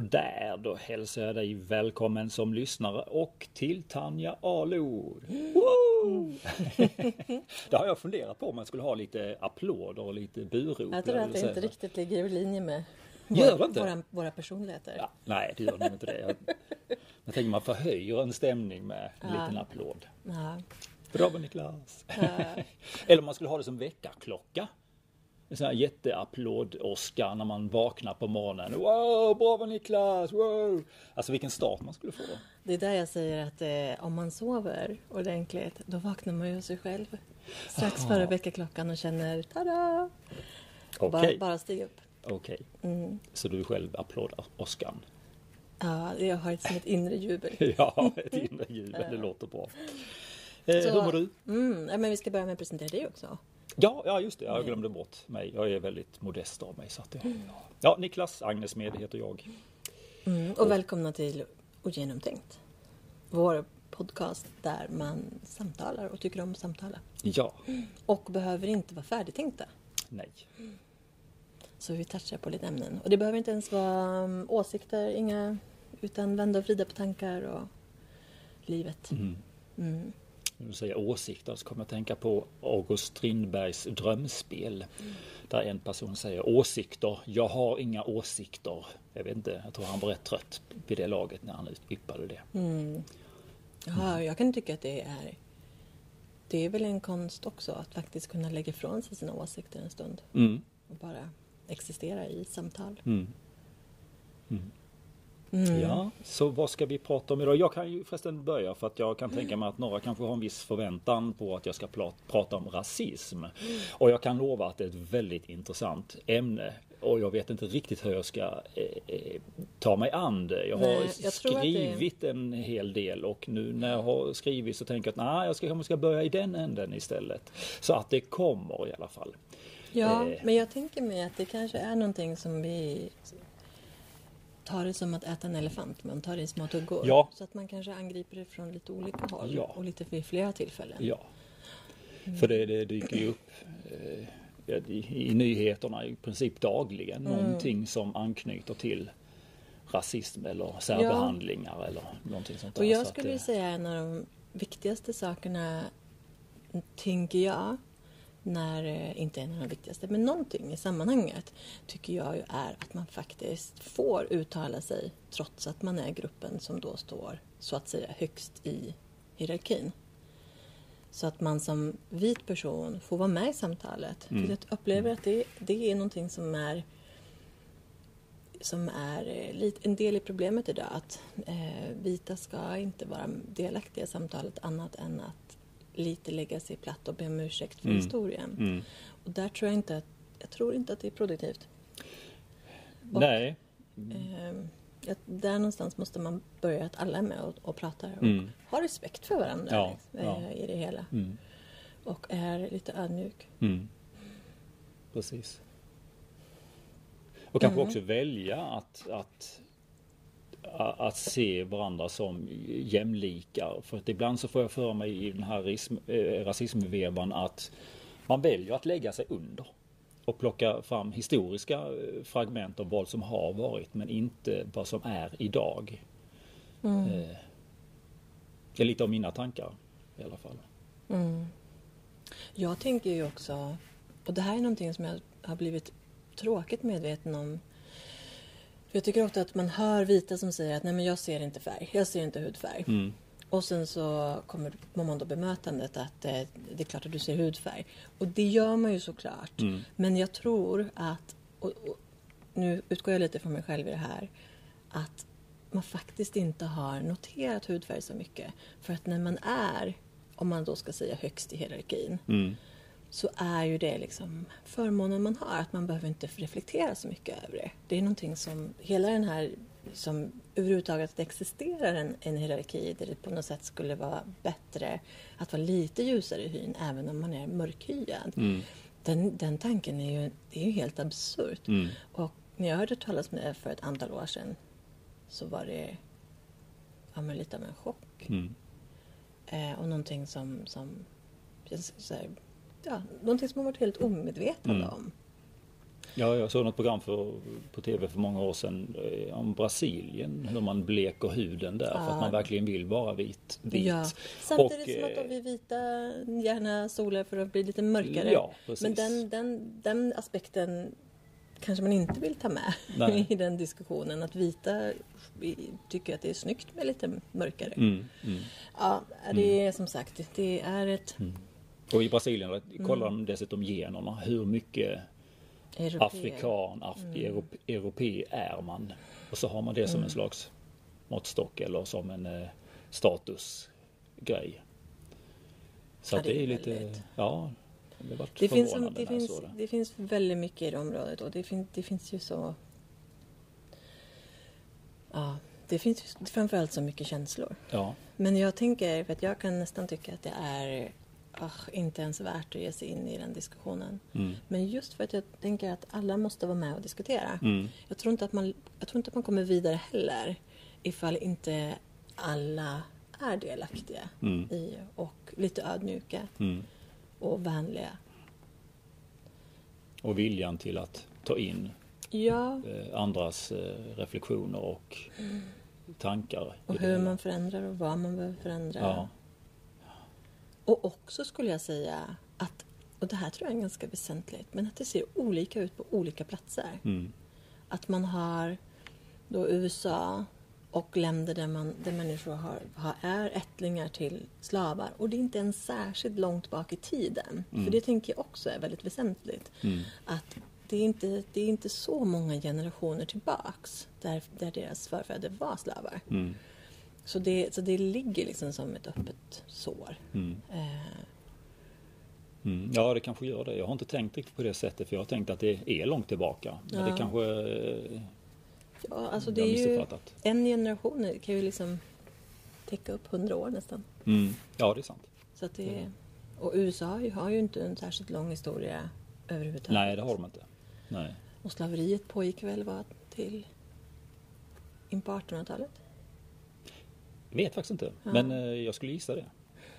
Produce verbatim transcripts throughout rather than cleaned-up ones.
Sådär, då hälsar jag dig välkommen som lyssnare och till Tanja Alo. Mm. Det har jag funderat på om man skulle ha lite applåder och lite burop. Jag tror att det inte riktigt ligger i linje med våra, våra, våra, våra personligheter. Ja, nej, det gör nog inte det. Jag, jag tänker man förhöjer en stämning med en ja. liten applåd. Ja. Bra Niklas. Ja. Eller om man skulle ha det som väckarklocka. En sån här jätteapplåd Oscar när man vaknar på morgonen. Wow, bravo Niklas! Wow! Alltså vilken start man skulle få. Det är där jag säger att eh, om man sover ordentligt, då vaknar man ju sig själv. Strax Aha. före väckarklockan och känner tada! Okay. Bara, bara stig upp. Okej. Okay. Mm. Så du själv applådar Oscar? Ja, jag har ett, som ett inre jubel. Ja, ett inre jubel. Det låter bra. Eh, Så, hur mår du? Mm, men vi ska börja med att presentera dig också. Ja, ja, just det. Jag glömde bort mig. Jag är väldigt modest av mig. Så att det, ja. ja, Niklas Agnes Med heter jag. Mm, och, och välkomna till Ogenomtänkt. Vår podcast där man samtalar och tycker om att samtala. Ja. Och behöver inte vara färdigtänkta. Nej. Så vi touchar på lite ämnen. Och det behöver inte ens vara um, åsikter, inga, utan vända och vrida på tankar och livet. Mm. Mm. När du säger åsikter så kommer jag att tänka på August Strindbergs drömspel. Mm. Där en person säger åsikter, jag har inga åsikter. Jag vet inte, jag tror han var rätt trött vid det laget när han yppade det. Mm. Ja, jag kan tycka att det är det är väl en konst också att faktiskt kunna lägga ifrån sig sina åsikter en stund. Mm. Och bara existera i samtal. Mm. Mm. Mm. Ja, så vad ska vi prata om idag? Jag kan ju förresten börja för att jag kan tänka mig att några kanske har en viss förväntan på att jag ska prata om rasism. Mm. Och jag kan lova att det är ett väldigt intressant ämne. Och jag vet inte riktigt hur jag ska eh, ta mig an det. Jag har Nej, jag skrivit det... en hel del och nu när jag har skrivit så tänker jag att nej, jag ska, jag ska börja i den änden istället. Så att det kommer i alla fall. Ja, eh. men jag tänker mig att det kanske är någonting som vi tar det som att äta en elefant. Man tar det i små tuggor. Ja. Så att man kanske angriper det från lite olika håll. Ja. Och lite vid flera tillfällen. Ja, mm. för det, det dyker ju upp eh, i, i nyheterna i princip dagligen. Mm. Någonting som anknyter till rasism eller särbehandlingar ja. eller någonting sånt där. Och jag så skulle att, säga en av de viktigaste sakerna, tänker jag, när, inte en av de viktigaste, men någonting i sammanhanget tycker jag ju är att man faktiskt får uttala sig trots att man är gruppen som då står så att säga högst i hierarkin. Så att man som vit person får vara med i samtalet. Mm. För jag upplever att det, det är någonting som är som är lite en del i problemet idag. Att eh, vita ska inte vara delaktiga i samtalet annat än att lite lägga sig platt och be om ursäkt för mm. historien. Mm. Och där tror jag inte att, jag tror inte att det är produktivt. Och, Nej. Mm. Eh, där någonstans måste man börja att alla är med och, och pratar och mm. har respekt för varandra ja, eh, ja. i det hela. Mm. Och är lite ödmjuk. Mm. Precis. Och kanske mm. också välja att, att att se varandra som jämlikar. För att ibland så får jag för mig i den här rism, eh, rasismvevan att man väljer att lägga sig under och plocka fram historiska fragment av vad som har varit men inte vad som är idag. Mm. Eh, det är lite av mina tankar i alla fall. Mm. Jag tänker ju också, och det här är någonting som jag har blivit tråkigt medveten om. För jag tycker ofta att man hör vita som säger att nej men jag ser inte färg, jag ser inte hudfärg. Mm. Och sen så kommer man då bemötandet att eh, det är klart att du ser hudfärg. Och det gör man ju såklart. Mm. Men jag tror att, och, och, nu utgår jag lite från mig själv i det här, att man faktiskt inte har noterat hudfärg så mycket. För att när man är, om man då ska säga högst i hierarkin, mm. så är ju det liksom förmånen man har, att man behöver inte reflektera så mycket över det. Det är någonting som, hela den här, som överhuvudtaget att det existerar en, en hierarki där det på något sätt skulle vara bättre att vara lite ljusare i hyn även om man är mörkhyad. Mm. Den, den tanken är ju, det är ju helt absurt. Mm. Och när jag hörde talas om det för ett antal år sedan så var det ja, men lite av en chock. Mm. Eh, och någonting som, som så här, ja, någonting som man varit helt omedveten mm. om. Ja, jag såg något program för, på tv för många år sedan eh, om Brasilien, hur man bleker huden där ja. För att man verkligen vill vara vit. vit. Ja. Samtidigt och, som att de vill vita gärna solar för att bli lite mörkare. Ja, precis. Men den, den, den aspekten kanske man inte vill ta med Nej. I den diskussionen. Att vita tycker att det är snyggt med lite mörkare. Mm, mm. Ja, det är mm. som sagt, det är ett... Mm. Och i Brasilien kollar mm. de dessutom generna. Hur mycket Europe. afrikan, af, mm. europe, europé är man. Och så har man det som mm. en slags måttstock eller som en eh, statusgrej. Så ja, det, det är lite... Väldigt. Ja, det, har varit det, finns, det, finns, det. det finns väldigt mycket i det området. Och det, fin, det finns ju så... Ja, det finns framförallt så mycket känslor. Ja. Men jag tänker, för att jag kan nästan tycka att det är... Ach, inte ens värt att ge sig in i den diskussionen. Mm. Men just för att jag tänker att alla måste vara med och diskutera. Mm. Jag tror inte att man, jag tror inte att man kommer vidare heller ifall inte alla är delaktiga mm. i och lite ödmjuka mm. och vänliga. Och viljan till att ta in ja. andras reflektioner och mm. tankar. Och hur man förändrar och vad man behöver förändra. Ja. Och också skulle jag säga att, och det här tror jag är ganska väsentligt, men att det ser olika ut på olika platser. Mm. Att man har då U S A och länder där, man, där människor har, har, är ättlingar till slavar. Och det är inte ens särskilt långt bak i tiden. Mm. För det tänker jag också är väldigt väsentligt. Mm. Att det är, inte, det är inte så många generationer tillbaks där, där deras förfäder var slavar. Mm. Så det, så det ligger liksom som ett öppet sår. Mm. Eh. Mm. Ja, det kanske gör det. Jag har inte tänkt riktigt på det sättet. För jag har tänkt att det är långt tillbaka. Men ja. det kanske eh, ja, alltså det är ju en generation kan ju liksom täcka upp hundra år nästan. Mm. Ja, det är sant. Så att det, mm. Och U S A har ju inte en särskilt lång historia överhuvudtaget. Nej, det har de inte. Nej. Och slaveriet pågick väl var till in på artonhundratalet? Jag vet faktiskt inte, ja. men eh, jag skulle gissa det.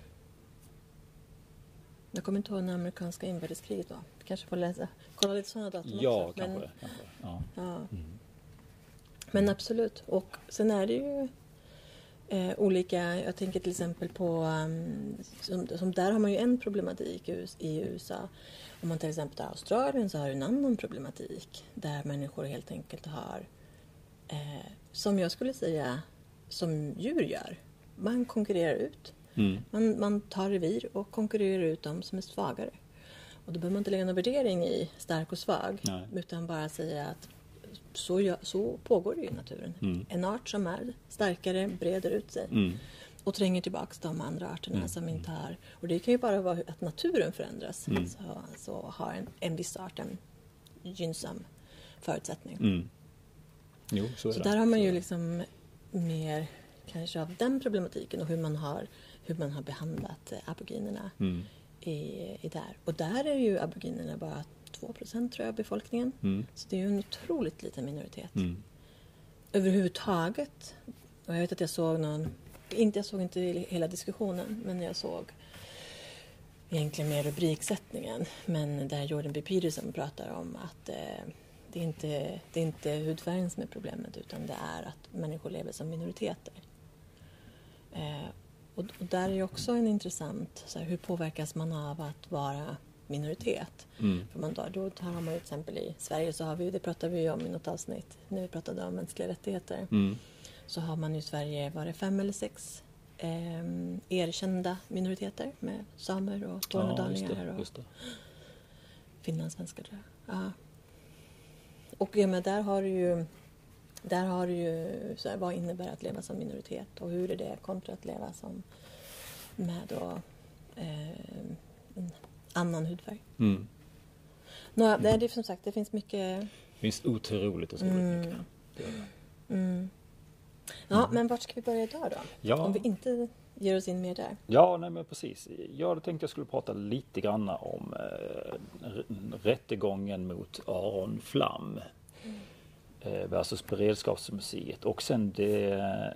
Jag kommer inte ihåg när amerikanska inbördeskriget var. Kanske får läsa, kolla lite sådana datum ja, också. Kanske, men, kanske. Ja, ja. Mm. Men absolut. Och sen är det ju eh, olika, jag tänker till exempel på, um, som, som där har man ju en problematik i, i U S A. Om man till exempel tar Australien så har du en annan problematik. Där människor helt enkelt har, eh, som jag skulle säga, som djur gör. Man konkurrerar ut. Mm. Man, man tar revir och konkurrerar ut dem som är svagare. Och då behöver man inte lägga någon värdering i stark och svag. Nej. Utan bara säga att så, gör, så pågår det i naturen. Mm. En art som är starkare breder ut sig. Mm. Och tränger tillbaka de andra arterna mm. som inte har. Och det kan ju bara vara att naturen förändras. Mm. Så, så har en, en viss art en gynnsam förutsättning. Mm. Jo, så är så det. Där har man ju liksom mer kanske av den problematiken och hur man har, hur man har behandlat aboriginerna mm. i, i där. Och där är ju aboriginerna bara två procent tror jag av befolkningen. Mm. Så det är ju en otroligt liten minoritet. Mm. Överhuvudtaget. Och jag vet att jag såg någon, inte jag såg inte hela diskussionen, men jag såg egentligen mer rubriksättningen. Men där Jordan B. Peterson pratar om att eh, det är inte, det är inte hudfärgen som är problemet, utan det är att människor lever som minoriteter. Eh, och, och där är ju också en intressant, så här, hur påverkas man av att vara minoritet? Mm. För man då, då har man ju till exempel i Sverige, så har vi, det pratade vi om i något avsnitt när vi pratade om mänskliga rättigheter. Mm. Så har man i Sverige, var det fem eller sex eh, erkända minoriteter med samer och tornedalingar ja, och finlandssvenskar tror jag. Ja. Och ja, men där har du ju, där har du ju så här, vad innebär att leva som minoritet och hur är det kontra att leva som med då, eh, en annan hudfärg. Mm. Nå, det är det som sagt, det finns mycket. Det finns otroligt och så mm. mycket. Mm. Ja, mm. men vart ska vi börja idag då? Ja. Om vi inte ger oss in mer där. Ja, nej men precis. Jag tänkte jag skulle prata lite grann om eh, rättegången mot Aron Flam mm. eh, versus Beredskapsmuseet och sen det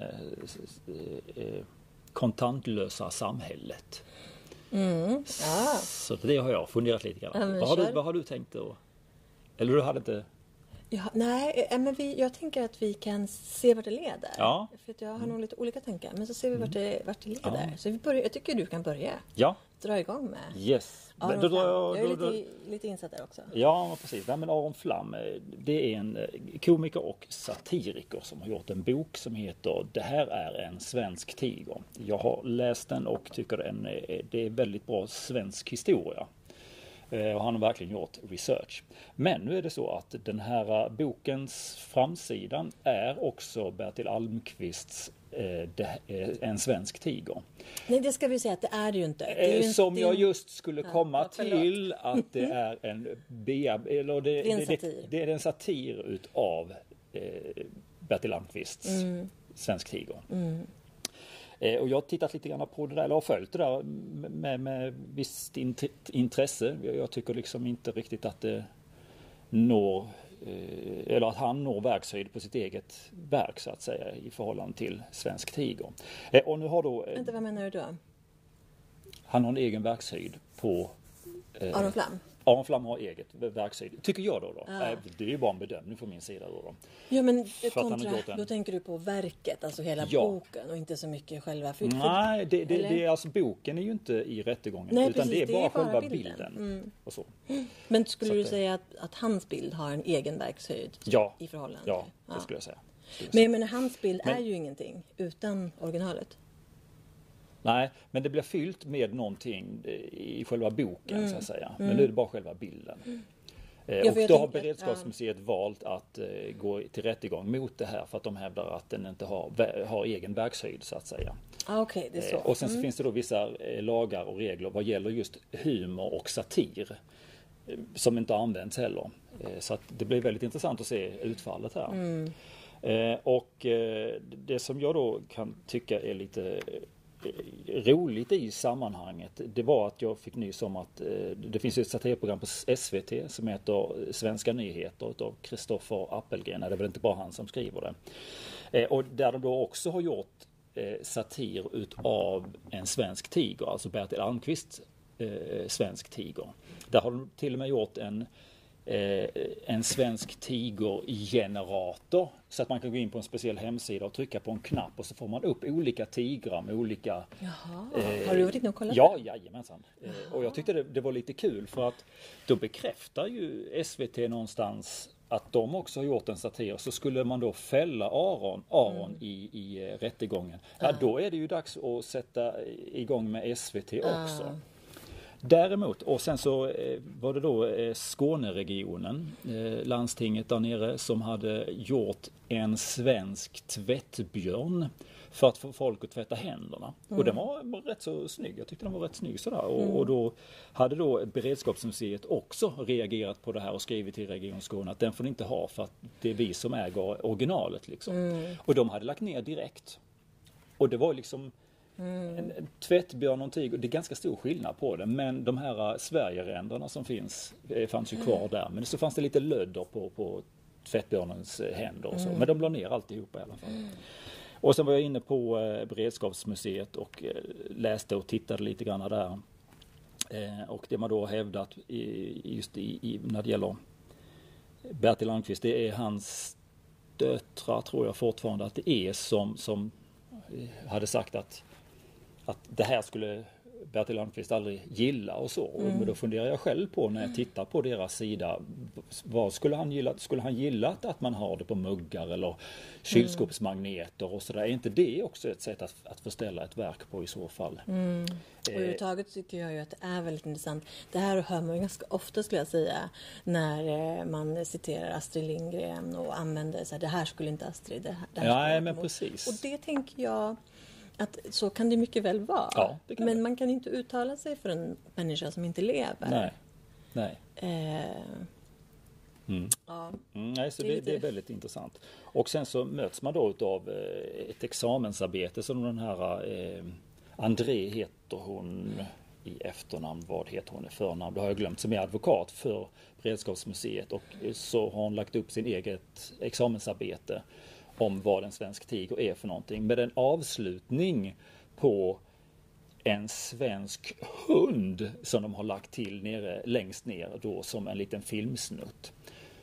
eh, eh, kontantlösa samhället. Mm. Ja. Så det har jag funderat lite grann. Ja, vad, har du, vad har du tänkt att Eller du hade inte... Ja, nej, men vi, jag tänker att vi kan se vart det leder. Ja. För att jag har mm. nog lite olika tankar. Men så ser vi vart det, vart det leder. Ja. Så vi börjar, jag tycker du kan börja. Ja. Dra igång med. Yes. Aron då, Flam. då, Jag är då, lite, lite insatt där också. Ja, precis. Nej, men Aron Flam, det är en komiker och satiriker som har gjort en bok som heter Det här är en svensk tiger. Jag har läst den och tycker den är, det är väldigt bra svensk historia. Och han har verkligen gjort research. Men nu är det så att den här bokens framsidan är också Bertil Almqvists eh, det, eh, En svensk tiger. Nej, det ska vi säga att det är det ju inte. Det är ju Som din... jag just skulle komma ja, till att det är en beab... eller det, det, är en det, satir. det är en satir utav eh, Bertil Almqvists mm. Svensk tiger. Mm. Och jag har tittat lite grann på det där, eller har följt det där med, med visst intresse. Jag tycker liksom inte riktigt att det når, eller att han når verkshöjd på sitt eget verk så att säga i förhållande till Svensk tiger. Och nu har då... Vänta, vad menar du då? Han har en egen verkshöjd på... Eh, Aron Flam? Aron Flam har eget verkshöjd. Tycker jag då. då. Ah. Det är ju bara en bedömning från min sida då. då. Ja, men kontra, en... då tänker du på verket, alltså hela ja. boken och inte så mycket själva... För, Nej, det, det, det är alltså boken är ju inte i rättegången. Nej, utan precis, det är bara, det är bara själva bilden. bilden. Mm. Och så. Men skulle så du att, säga att, att hans bild har en egen verkshöjd ja, i förhållande? Ja, det skulle jag säga. Men jag menar, hans bild men, är ju ingenting utan originalet. Nej, men det blir fyllt med någonting i själva boken mm. så att säga. Men mm. nu är det bara själva bilden. Mm. Eh, ja, och då tänker, har Beredskapsmuseet ja. valt att eh, gå till rättegång mot det här för att de hävdar att den inte har, har egen verkshöjd så att säga. Ah, okay, det är så. Eh, och sen så mm. finns det då vissa eh, lagar och regler vad gäller just humor och satir eh, som inte används heller. Eh, så att det blir väldigt intressant att se utfallet här. Mm. Eh, och eh, det som jag då kan tycka är lite roligt i sammanhanget, det var att jag fick nys om att eh, det finns ett satirprogram på S V T som heter Svenska nyheter utav Kristoffer Appelgren. Det är väl inte bara han som skriver det. Eh, och där de då också har gjort eh, satir utav En svensk tiger, alltså Bertil Almqvist eh, Svensk tiger. Där har de till och med gjort en Eh, en svensk tigergenerator så att man kan gå in på en speciell hemsida och trycka på en knapp och så får man upp olika tigrar med olika... Jaha, eh, har du varit inne och kollat? Ja, jajamensan. Eh, och jag tyckte det, det var lite kul för att då bekräftar ju S V T någonstans att de också har gjort en satir. Så skulle man då fälla Aron, Aron mm. i, i uh, rättegången, ja, uh. då är det ju dags att sätta igång med S V T också. Uh. Däremot, och sen så eh, var det då eh, Skåneregionen, eh, landstinget där nere som hade gjort en svensk tvättbjörn för att få folk att tvätta händerna. Mm. Och den var, var rätt så snygg, jag tyckte den var rätt snygg sådär. Och, mm. och då hade då Beredskapsmuseet också reagerat på det här och skrivit till Region Skåne att den får ni inte ha för att det är vi som äger originalet liksom. Mm. Och de hade lagt ner direkt. Och det var liksom Mm. En, en tvättbjörn och tiger, det är ganska stor skillnad på det, men de här Sverigeränderna som finns eh, fanns ju kvar mm. där, men så fanns det lite lödder på, på tvättbjörnens eh, händer och så, mm. men de la ner alltihopa i alla fall. Mm. Och sen var jag inne på eh, Beredskapsmuseet och eh, läste och tittade lite grann där eh, och det man då hävdat i, just i, i, när det gäller Bertil Almqvist, det är hans döttrar tror jag fortfarande att det är som, som hade sagt att att det här skulle Bertil Almqvist aldrig gilla och så. Mm. Men då funderar jag själv på när jag tittar på deras sida. Vad skulle han gilla? Skulle han gilla att man har det på muggar eller kylskåpsmagneter och sådär? Är inte det också ett sätt att, att förställa ett verk på i så fall? Mm. Och överhuvudtaget tycker jag ju att det är väldigt intressant. Det här hör man ju ganska ofta skulle jag säga när man citerar Astrid Lindgren och använder så här, det här skulle inte Astrid. Det här, det här ja, men precis. Och det tänker jag att så kan det mycket väl vara. Ja, men det. Man kan inte uttala sig för en människa som inte lever. Nej. Nej. Eh, mm. Ja. Mm, nej, så det, det är väldigt intressant. Och sen så möts man då av ett examensarbete som den här eh, André heter hon i efternamn. Vad heter hon i förnamn? Det har jag glömt, som är advokat för Beredskapsmuseet, och så har hon lagt upp sin eget examensarbete om vad en svensk tiger är för någonting. Med en avslutning på en svensk hund som de har lagt till nere, längst ner då som en liten filmsnutt.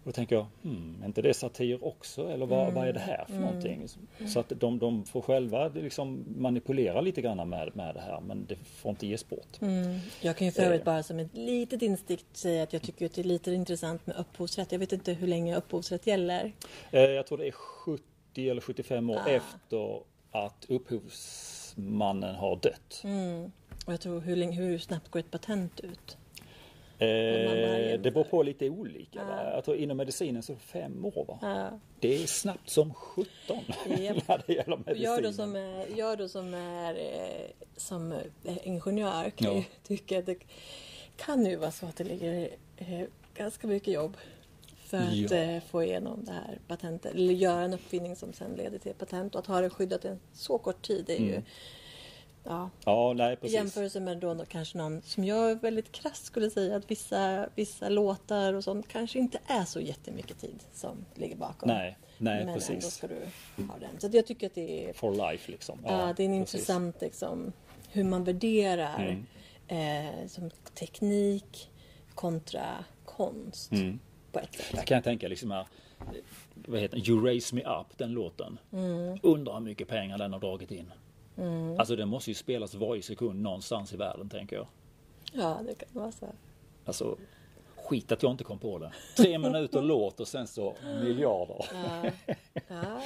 då tänker jag, hmm, är inte det satir också? Eller vad, Mm. vad är det här för Mm. någonting? Så att de, de får själva liksom manipulera lite grann med, med det här, men det får inte ges bort. Mm. Jag kan ju för övrigt bara som ett litet instick säga att jag tycker att det är lite intressant med upphovsrätt. Jag vet inte hur länge upphovsrätt gäller. Eh, jag tror det är sjuttio eller sjuttiofem år Ah. efter att upphovsmannen har dött. Mm. Och jag tror hur, länge, hur snabbt går ett patent ut? Eh, jämför. det beror på lite olika. Ja. Va? Jag tror inom medicinen så är det fem år. Va? Ja. Det är snabbt som sjutton Japp. när det gäller Och medicinen. Jag då som är, jag då som är eh, som är ingenjör kan Ja. ju tycka att det kan ju vara så att det ligger eh, ganska mycket jobb för att Ja. eh, få igenom det här patentet. Eller göra en uppfinning som sen leder till ett patent. Och att ha det skyddat en så kort tid är ju Mm. ja, Ja, nej i precis. jämförelse med då kanske någon som jag väldigt krasst skulle säga att vissa, vissa låtar och sånt kanske inte är så jättemycket tid som ligger bakom. Nej, nej Men precis. ändå ska du ha den. Så att jag tycker att det är, For life liksom. ja, det är en precis. intressant liksom, hur man värderar Mm. eh, som teknik kontra konst Mm. på ett sätt. Jag kan tänka liksom här, vad heter det? You Raise Me Up, den låten. Mm. Undrar hur mycket pengar den har dragit in. Alltså den måste ju spelas varje sekund någonstans i världen, tänker jag. Ja, det kan vara så. Alltså, skit att jag inte kom på det. Tre minuter låt och sen så miljarder. Ja. Ja.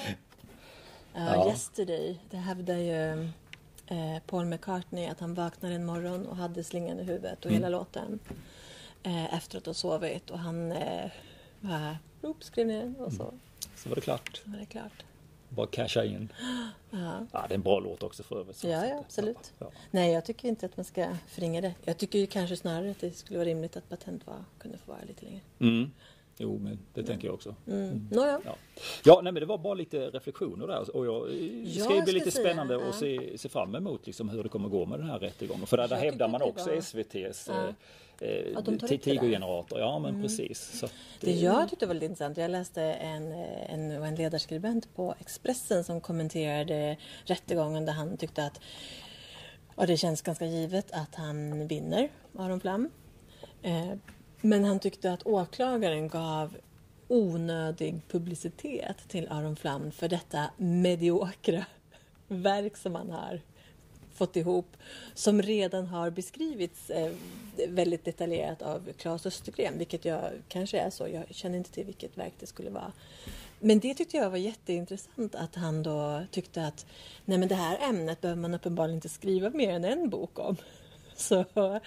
Ja. Uh, yesterday, det hävdar ju eh, Paul McCartney att han vaknade en morgon och hade slingan i huvudet och Mm. hela låten eh, efter att ha sovit och han eh, bara, upp, skrev ner den och så, Så var det klart. så var det klart. Bara casha in. Ja. Ja, det är en bra låt också för övrigt. så Ja, att- ja, absolut. Ja. Nej, jag tycker inte att man ska förringa det. Jag tycker ju kanske snarare att det skulle vara rimligt att patent var, kunde få vara lite längre. Mm. Jo, men det tänker jag också. Mm. Nåja. Ja, ja nej, men det var bara lite reflektioner där och jag, det Ja, ska ju jag bli ska lite säga, spännande ja. att se, se fram emot liksom hur det kommer gå med den här rättegången. För där, där Jag hävdar tycker man att det också var- S V T:s Ja. eh, Att de tar eh, upp det där. tigergenerator. Ja, men precis. Så att, Det jag tyckte var lite intressant, jag läste en, en, en ledarskribent på Expressen som kommenterade rättegången där han tyckte att och det känns ganska givet att han vinner, Aron Flam. Eh, men han tyckte att åklagaren gav onödig publicitet till Aron Flam för detta mediokra verk som han har fått ihop som redan har beskrivits eh, väldigt detaljerat av Claes Östergren, vilket jag kanske är så, jag känner inte till vilket verk det skulle vara. Men det tyckte jag var jätteintressant att han då tyckte att nej men det här ämnet behöver man uppenbarligen inte skriva mer än en bok om. Så,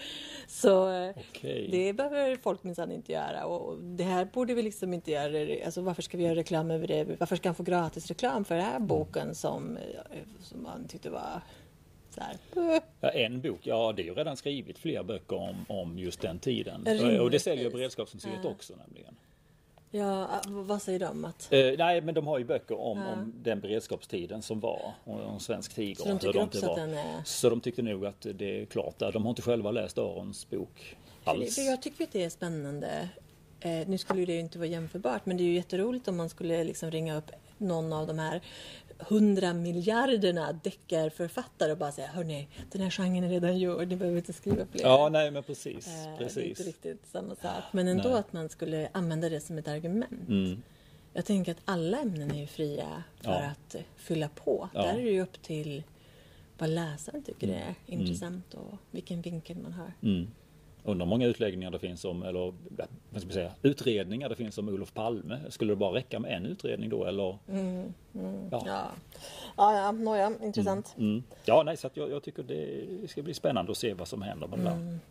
så Okej. det behöver folk minsann inte göra och det här borde vi liksom inte göra, alltså varför ska vi göra reklam över det, varför ska han få gratis reklam för den här boken som, som man tyckte var så här. Ja, en bok, ja det är ju redan skrivit fler böcker om, om just den tiden. Rimligtvis. Och det säljer Beredskapsmuseet Ja. också nämligen. Ja, vad säger de? Att, Eh, nej, men de har ju böcker om, Ja. om den beredskapstiden som var. Och om svensk tiger. så de hur tycker det också var. att den är... Så de tyckte nog att det är klart där. De har inte själva läst Arons bok alls. För jag tycker att det är spännande. Eh, nu skulle ju det inte vara jämförbart, men det är ju jätteroligt om man skulle liksom ringa upp någon av de här hundra miljarderna deckarförfattare och bara säga, hörni, den här genren är redan gjord, ni behöver inte skriva fler. Ja, nej men precis. Eh, Det är precis. inte riktigt samma sak. Men ändå Nej. att man skulle använda det som ett argument. Mm. Jag tänker att alla ämnen är ju fria för Ja. att eh, fylla på. Ja. Där är det ju upp till vad läsaren tycker Mm. är intressant och vilken vinkel man har. Mm. Undrar hur många utläggningar det finns om, eller vad ska man säga, utredningar det finns om Olof Palme. Skulle det bara räcka med en utredning då eller? Mm, mm, Ja. ja. Ja, ja, nåja, intressant. Mm. Ja, nej, så att jag, jag tycker det ska bli spännande att se vad som händer med det där. Mm.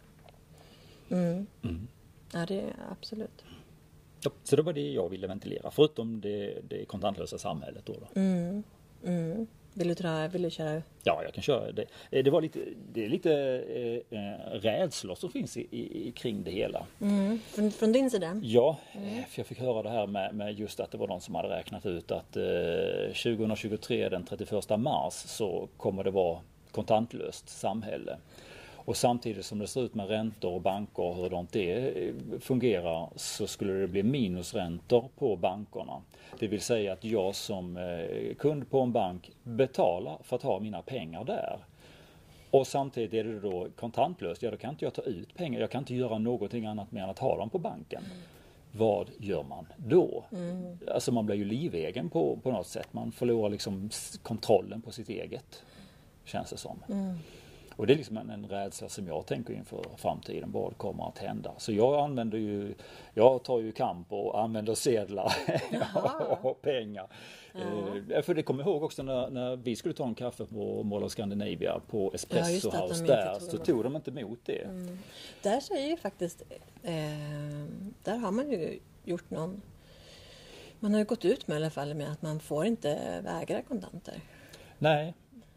Mm. Mm. Ja, det är absolut. Ja, så det var det jag ville ventilera, förutom det, det kontantlösa samhället då. då. Mm. Mm. Vill du dra, vill du köra? Ja, jag kan köra det. Eh, Det var lite, det är lite eh, eh, rädslor som finns i, i, kring det hela. Mm. Från, från din sida? Ja, eh, för jag fick höra det här med, med just att det var någon som hade räknat ut att eh, tjugohundratjugotre, den trettioförsta mars, så kommer det vara kontantlöst samhälle. Och samtidigt som det ser ut med räntor och banker och hur de det fungerar, så skulle det bli minusräntor på bankerna. Det vill säga att jag som eh, kund på en bank betalar för att ha mina pengar där. Och samtidigt är det då kontantlöst. Ja, då kan inte jag ta ut pengar. Jag kan inte göra någonting annat med än att ha dem på banken. vad gör man då? Mm. Alltså man blir ju livegen på, på något sätt. Man förlorar liksom kontrollen på sitt eget, känns det som. Mm. Och det är liksom en, en rädsla som jag tänker inför framtiden. Vad kommer att hända? Så jag använder ju, jag tar ju kamp och använder sedlar och pengar. Eh, för det kommer jag ihåg också när, när vi skulle ta en kaffe på Mall of Scandinavia på Espresso Ja, House de där, tog så tog de inte emot det. Mm. Där säger ju faktiskt, eh, där har man ju gjort någon, man har ju gått ut med i alla fall med att man får inte vägra kontanter. Nej.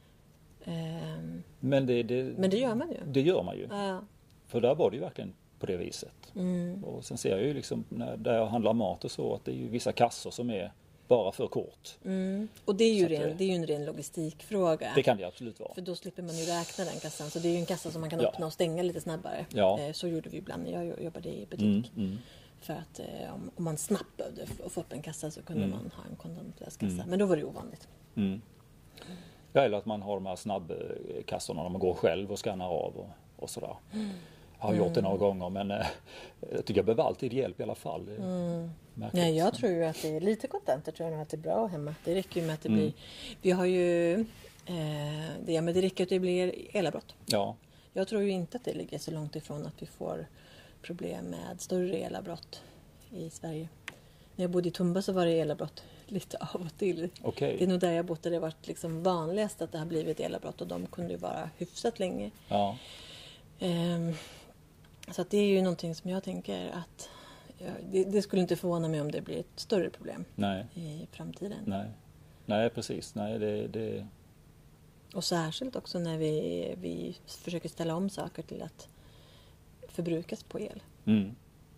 Eh, Men det, det, men det gör man ju. Det gör man ju. Ja. För där var det ju verkligen på det viset. Mm. Och sen ser jag ju liksom när, där jag handlar mat och så att det är ju vissa kassor som är bara för kort. Mm. Och det är, ju Så att ren, det- det är ju en ren logistikfråga. Det kan det absolut vara. För då slipper man ju räkna den kassan. Så det är ju en kassa som man kan Ja. öppna och stänga lite snabbare. Ja. Eh, så gjorde vi ibland när jag jobbade i butik. Mm, mm. För att eh, om, om man snabbt behövde f- få upp en kassa så kunde Mm. man ha en kontantlös kassa. Mm. Men då var det ovanligt. Mm. Ja, eller att man har de här snabbkassorna när man går själv och skannar av och, och sådär. Jag har gjort det några gånger men eh, jag tycker jag behöver alltid hjälp i alla fall. Det är Mm. märkligt. Nej, jag tror ju att det är lite kontanter tror jag nog att det är bra hemma. Det räcker ju med att det Mm. blir... Vi har ju... Eh, det, ja, men det räcker att det blir elavbrott. Ja, Jag tror ju inte att det ligger så långt ifrån att vi får problem med större elavbrott i Sverige. När jag bodde i Tumba så var det elavbrott lite av och till. okej. Det är nog där jag bott där det varit liksom vanligast att det har blivit elavbrott och de kunde ju vara hyfsat länge. Ja. Ehm, så att det är ju någonting som jag tänker att ja, det, det skulle inte förvåna mig om det blir ett större problem Nej, i framtiden. nej. Nej, precis. Nej, det, det... Och särskilt också när vi, vi försöker ställa om saker till att förbrukas på el. Mm.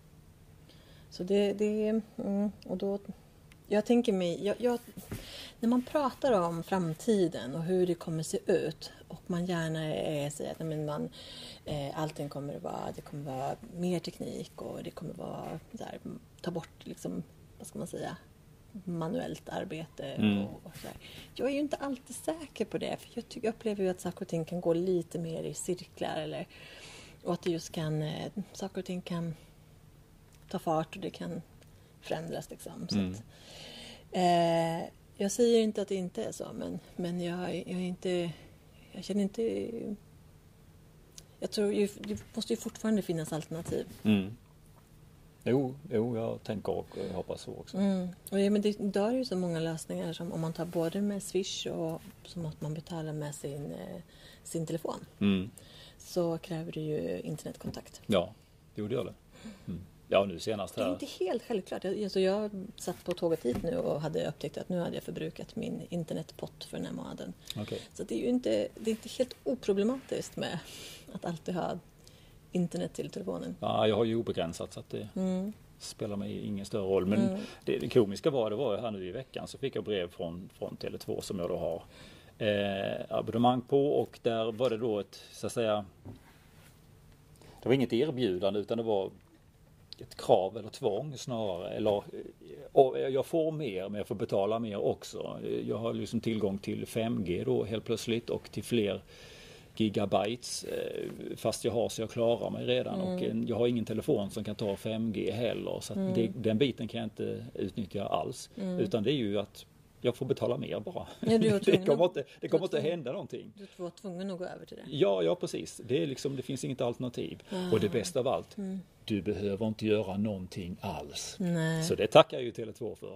Så det, det mm, och då, jag tänker mig, jag, jag, när man pratar om framtiden och hur det kommer se ut och man gärna är, säger att nej, men man, eh, allting kommer att vara, det kommer vara mer teknik och det kommer vara så här, ta bort liksom, vad ska man säga, manuellt arbete Mm. och, och så här. Jag är ju inte alltid säker på det för jag, tycker, jag upplever ju att saker och ting kan gå lite mer i cirklar eller, och att det just kan, eh, saker och ting kan ta fart och det kan förändras liksom. Så Mm. att, eh, jag säger inte att det inte är så men, men jag, jag är inte, jag känner inte, jag tror ju, det måste ju fortfarande finnas alternativ. Mm. Jo, jo, jag tänker och jag hoppas så också. Mm. Och ja, men det, idag är det ju så många lösningar som om man tar både med Swish och som att man betalar med sin, eh, sin telefon Mm. så kräver det ju internetkontakt. Ja, jo det gör det. Mm. Ja, nu senast Det är här. inte helt självklart. Jag, alltså jag satt på tåget hit nu och hade upptäckt att nu hade jag förbrukat min internetpott för den här månaden. Okej. Så det är ju inte, det är inte helt oproblematiskt med att alltid ha internet till telefonen. Ja, jag har ju obegränsat så att det Mm. spelar mig ingen större roll. Men Mm. det, det komiska var, det var ju här nu i veckan så fick jag brev från, från Tele två som jag då har eh, abonnemang på och där var det då ett, så att säga, det var inget erbjudande utan det var ett krav eller tvång snarare. Eller, och jag får mer men jag får betala mer också. Jag har liksom tillgång till fem G då helt plötsligt och till fler gigabytes fast jag har så jag klarar mig redan Mm. och en, jag har ingen telefon som kan ta fem G heller så att Mm. det, den biten kan jag inte utnyttja alls Mm. utan det är ju att jag får betala mer bara. Ja, du var det tvungen kommer att- inte, det kommer du inte var tvungen- hända någonting. Du var tvungen att gå över till det. Ja, ja precis. Det är liksom, det finns inget alternativ. Ah. Och det bästa av allt, Mm. du behöver inte göra någonting alls. Nej. Så det tackar jag ju Tele två för.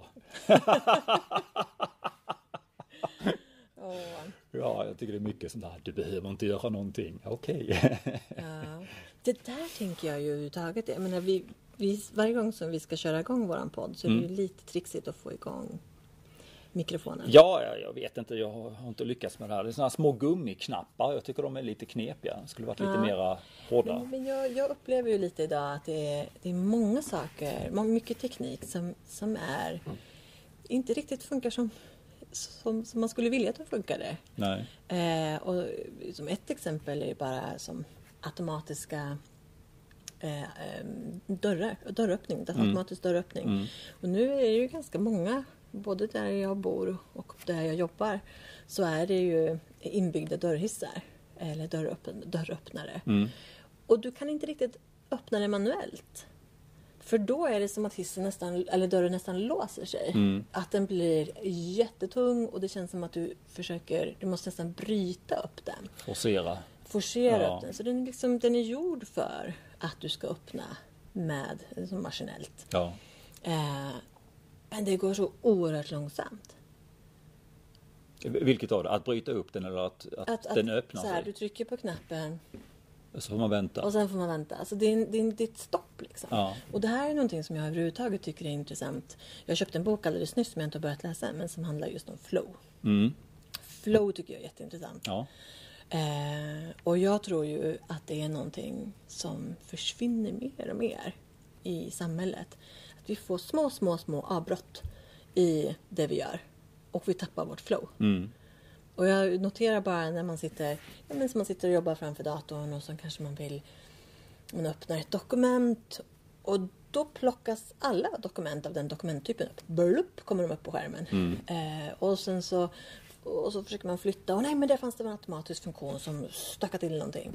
Åh, Ja, jag tycker det är mycket sånt här, du behöver inte göra någonting. Okej. ja. Det där tänker jag ju överhuvudtaget. Jag menar, vi, vi, varje gång som vi ska köra igång våran podd så är det Mm. ju lite trixigt att få igång mikrofonen. Ja, jag, jag vet inte, jag har, har inte lyckats med det här. Det är såna här små gummiknappar, jag tycker de är lite knepiga. Det skulle varit lite Ja. mera hårda. Men, men jag, jag upplever ju lite idag att det är, det är många saker, må- mycket teknik som, som är inte riktigt funkar som, som, som man skulle vilja att det funkade. Nej. Eh, och som ett exempel är ju bara som automatiska eh, eh, dörrar, dörröppning, Mm. automatisk dörröppning. Mm. Och nu är det ju ganska många, både där jag bor och där jag jobbar, så är det ju inbyggda dörrhissar eller dörröppn, dörröppnare. Mm. Och du kan inte riktigt öppna det manuellt. För då är det som att hissen nästan, eller dörren nästan låser sig. Mm. Att den blir jättetung och det känns som att du försöker, du måste nästan bryta upp den. Forcera. Forcera Ja. upp den. Så den är, liksom, den är gjord för att du ska öppna med, liksom maskinellt. Ja. Eh, men det går så oerhört långsamt. Vilket av det? Att bryta upp den eller att, att, Att, den att, öppnar så här, sig? du trycker på knappen Så får man vänta. och sen får man vänta. Alltså det, är, det, är, det är ett stopp liksom. Ja. Och det här är någonting som jag överhuvudtaget tycker är intressant. Jag köpte en bok alldeles nyss som jag inte har börjat läsa men som handlar just om flow. Mm. Flow tycker jag är jätteintressant. Ja. Eh, och jag tror ju att det är någonting som försvinner mer och mer i samhället. Att vi får små, små, små avbrott i det vi gör. Och vi tappar vårt flow. Mm. Och jag noterar bara när man sitter, ja, men som man sitter och jobbar framför datorn och så kanske man vill, man öppnar ett dokument och då plockas alla dokument av den dokumenttypen upp. Blup kommer de upp på skärmen. Mm. Eh, och sen så och så försöker man flytta och nej men där fanns det en automatisk funktion som stökade till någonting.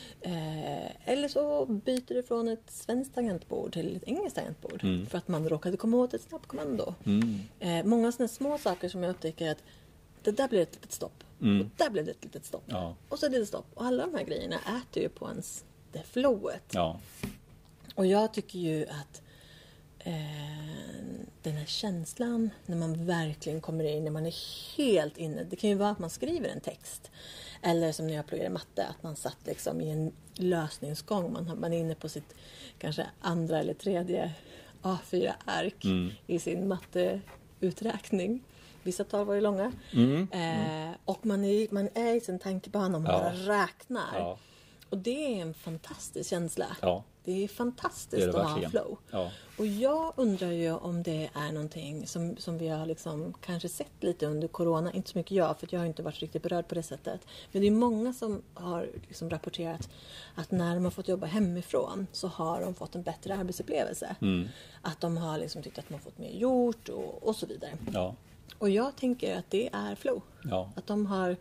Eh, eller så byter det från ett svenskt tangentbord till ett engelskt tangentbord. Mm. För att man råkade komma åt ett snabbkommando. Mm. Eh, många sådana små saker som jag upptäcker att det där blev ett litet stopp. Mm. Och där blev det ett litet stopp. Ja. Och så är det ett stopp. Och alla de här grejerna äter ju på ens det flowet. Ja. Och jag tycker ju att eh, den här känslan när man verkligen kommer in, när man är helt inne. Det kan ju vara att man skriver en text. Eller som när jag pluggar matte, att man satt liksom i en lösningsgång. Man, man är inne på sitt kanske andra eller tredje A fyra ark Mm. i sin matteuträkning. Vissa tal var ju långa. Mm. Eh, och man är, man är i sin tankebana och man Ja. bara räknar. Ja. Och det är en fantastisk känsla. Ja. Det är fantastiskt Det är det att ha verkligen. flow. Ja. Och jag undrar ju om det är någonting som, som vi har liksom kanske sett lite under corona. Inte så mycket jag, för jag har inte varit riktigt berörd på det sättet. Men det är många som har liksom rapporterat att när de har fått jobba hemifrån så har de fått en bättre arbetsupplevelse. Mm. Att de har liksom tyckt att de har fått mer gjort och, och så vidare. Ja. Och jag tänker att det är flow. Ja. Att de har...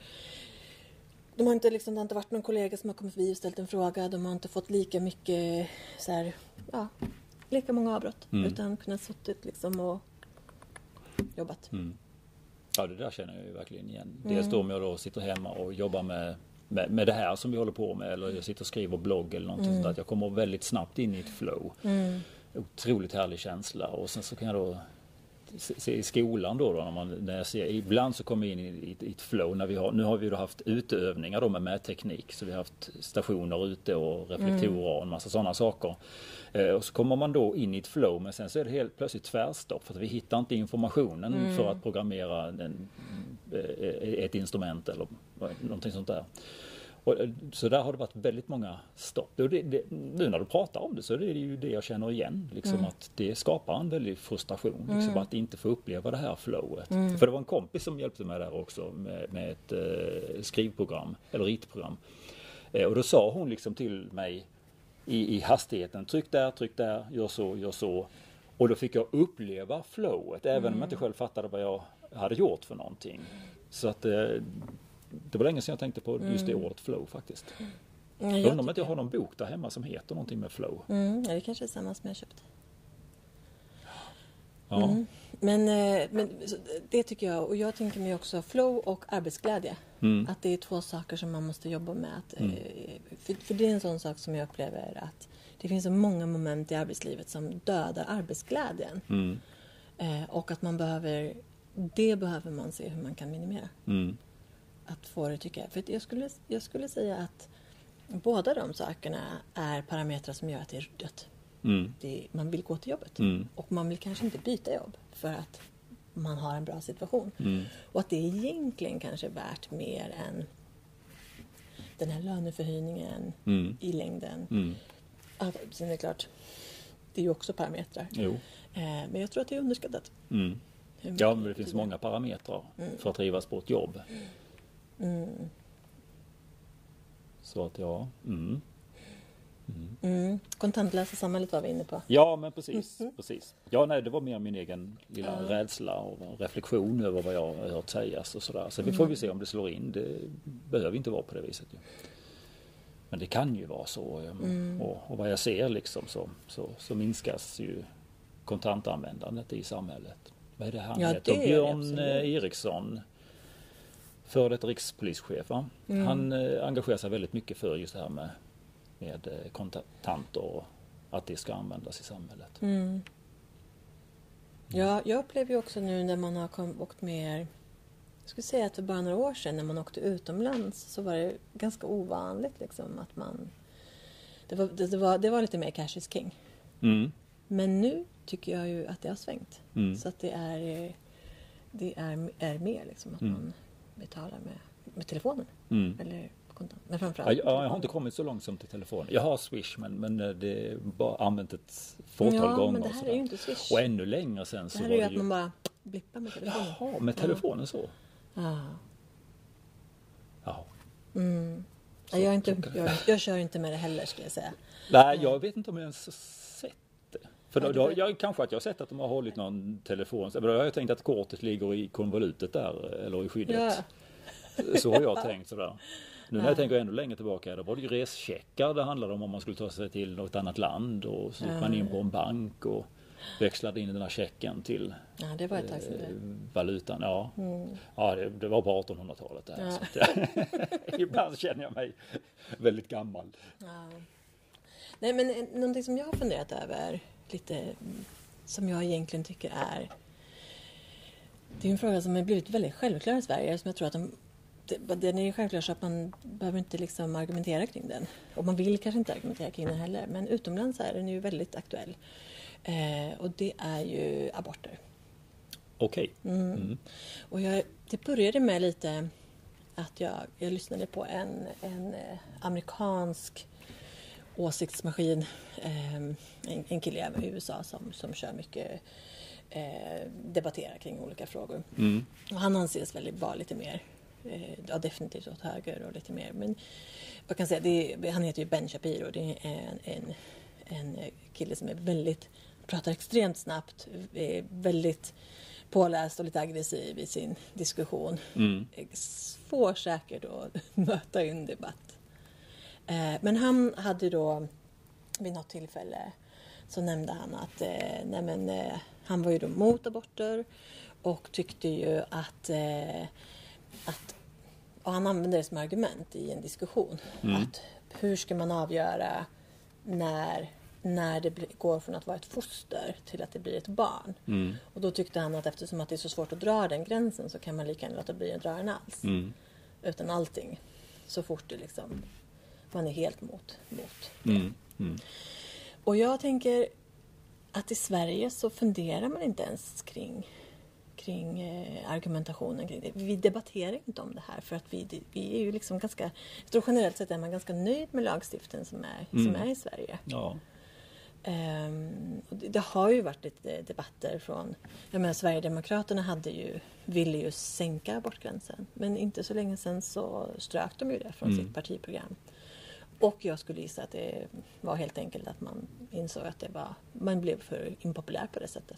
De har inte liksom, det har inte varit någon kollega som har kommit förbi och ställt en fråga. De har inte fått lika mycket, så här, ja, lika många avbrott. Mm. Utan kunnat suttit liksom och jobbat. Mm. Ja, det där känner jag ju verkligen igen. Dels då om jag då sitter hemma och jobbar med, med, med det här som vi håller på med. Eller jag sitter och skriver blogg eller någonting sånt där. Att jag kommer väldigt snabbt in i ett flow. Mm. Otroligt härlig känsla. Och sen så kan jag då se, se i skolan då, då när, man, när jag ser, ibland så kommer jag in i, i, i ett flow. När vi har, nu har vi då haft uteövningar då med mätteknik. Så vi har haft stationer ute och reflektorer och en massa sådana saker. Eh, och så kommer man då in i ett flow, men sen så är det helt plötsligt tvärstopp för att vi hittar inte informationen Mm. för att programmera en, eh, ett instrument eller någonting sånt där. Och, eh, så där har det varit väldigt många stopp. Och det, det, nu när du pratar om det så är det ju det jag känner igen. Liksom Mm. att det skapar en väldig frustration. Liksom Mm. att inte få uppleva det här flowet. Mm. För det var en kompis som hjälpte mig där också med, med ett eh, skrivprogram eller ritprogram. Eh, och då sa hon liksom till mig i, i hastigheten, tryck där, tryck där, gör så, gör så. Och då fick jag uppleva flowet, även Mm. om jag inte själv fattade vad jag hade gjort för någonting. Så att eh, det var länge sedan jag tänkte på just det ordet flow faktiskt. Mm, Jag jag undrar om inte jag tycker- har någon bok där hemma som heter någonting med flow. Mm, ja, det kanske är samma som jag köpt. Ja. Mm. Men, eh, men så det tycker jag, och jag tänker mig också flow och arbetsglädje. Mm. Att det är två saker som man måste jobba med. Att, Mm. eh, för, för det är en sån sak som jag upplever att det finns så många moment i arbetslivet som dödar arbetsglädjen. Mm. Eh, och att man behöver, det behöver man se hur man kan minimera. Mm. Att få det tycker jag. För jag skulle, jag skulle säga att båda de sakerna är parametrar som gör att det är ruddet. Mm. Det, man vill gå till jobbet. Mm. Och man vill kanske inte byta jobb för att man har en bra situation. Mm. Och att det egentligen kanske är värt mer än den här löneförhöjningen Mm. i längden. Mm. Att, sen är det klart, det är ju också parametrar. Jo. Eh, men jag tror att det är underskattat. Mm. Hur mycket Ja, men det finns betyder. många parametrar Mm. för att trivas på ett jobb. Mm. Så att ja. Mm. Mm. Kontantlösa samhället var vi inne på. Ja, men precis, Mhm. precis. Ja, nej, det var mer min egen lilla Ja. rädsla och reflektion över vad jag har hört sägas och sådär. Så vi Mm. får vi se om det slår in. Det behöver inte vara på det viset ju. men det kan ju vara så. Mm. Och, och vad jag ser liksom så, så, så minskas ju kontantanvändandet i samhället. Vad är det han Ja, heter? det är Björn det, eh, Eriksson, för det rikspolischef. Va? Mm. Han eh, engagerar sig väldigt mycket för just det här med, med eh, kontanter och att det ska användas i samhället. Mm. Ja, jag upplever ju också nu när man har kom, åkt med, jag skulle säga att för bara några år sedan när man åkte utomlands så var det ganska ovanligt liksom att man, det var, det, det var, det var lite mer cash is king. Mm. Men nu tycker jag ju att det har svängt. Mm. Så att det är, det är, är mer liksom att Mm. man betalar med, med telefonen. Mm. Eller kontant. Men framförallt Ja, jag har inte kommit så långt som till telefonen. Jag har Swish men, men det är bara använt ett fåtal ja, gånger. men det och här sådär. är ju inte Swish. Och ännu längre sen Det så här var är ju det att ju... man bara blippar med telefonen. Jaha, med telefonen så? Ja. Ja. Mm. Så- Ja, jag, är inte, så kan- jag, jag kör inte med det heller skulle jag säga. Nej, jag vet inte om jag ens har sett det. För Ja, då, du då, vet- jag, kanske att jag har sett att de har hållit någon telefon. Men då har jag tänkt att kortet ligger i konvolutet där, eller i skyddet. Ja. Så har jag tänkt sådär. Nu när Ja. jag tänker ännu längre tillbaka, då var det ju rescheckar det handlade om om man skulle ta sig till något annat land. Och så gick Ja. man in på en bank och växlade in den här checken till Ja, det var ett tag sedan eh, det. valutan. Ja, Mm. ja det, det var på artonhundratalet det här. Ja. Så att jag, ibland känner jag mig väldigt gammal. Ja. Nej, men eh, någonting som jag har funderat över lite, mm, som jag egentligen tycker är, det är en fråga som har blivit väldigt självklar i Sverige, som jag tror att de, det, den är ju självklar så att man behöver inte liksom argumentera kring den. Och man vill kanske inte argumentera kring den heller, men utomlands är den ju väldigt aktuell. Eh, och det är ju aborter. Okej. Mm. Mm. Och jag, det började med lite att jag, jag lyssnade på en, en eh, amerikansk åsiktsmaskin, eh, en, en kille i U S A som, som kör mycket, eh, debatterar kring olika frågor. Mm. Och han anses väl vara lite mer, eh, ja, definitivt åt höger och lite mer. Men jag kan säga, det är, han heter ju Ben Shapiro, det är en, en, en kille som är väldigt, pratar extremt snabbt, är väldigt påläst och lite aggressiv i sin diskussion. Mm. Svår säkert att möta in debatt. Eh, men han hade då vid något tillfälle så nämnde han att eh, nej men, eh, han var ju då mot aborter och tyckte ju att, eh, att och han använde det som argument i en diskussion. Mm. Att hur ska man avgöra när, när det blir, går från att vara ett foster till att det blir ett barn. Mm. Och då tyckte han att eftersom att det är så svårt att dra den gränsen så kan man lika gärna låta bli att dra den alls. Mm. Utan allting. Så fort det liksom, man är helt mot, mot det. Mm. Mm. Och jag tänker att i Sverige så funderar man inte ens kring, kring eh, argumentationen kring det. Vi debatterar inte om det här för att vi, vi är ju liksom ganska, jag tror generellt sett är man ganska nöjd med lagstiftningen som är, Mm. som är i Sverige. Ja. Um, och det, det har ju varit lite debatter från, jag menar Sverigedemokraterna hade ju, ville ju sänka abortgränsen, men inte så länge sedan så strök de ju det från Mm. sitt partiprogram. Och jag skulle gissa att det var helt enkelt att man insåg att det var, man blev för impopulär på det sättet.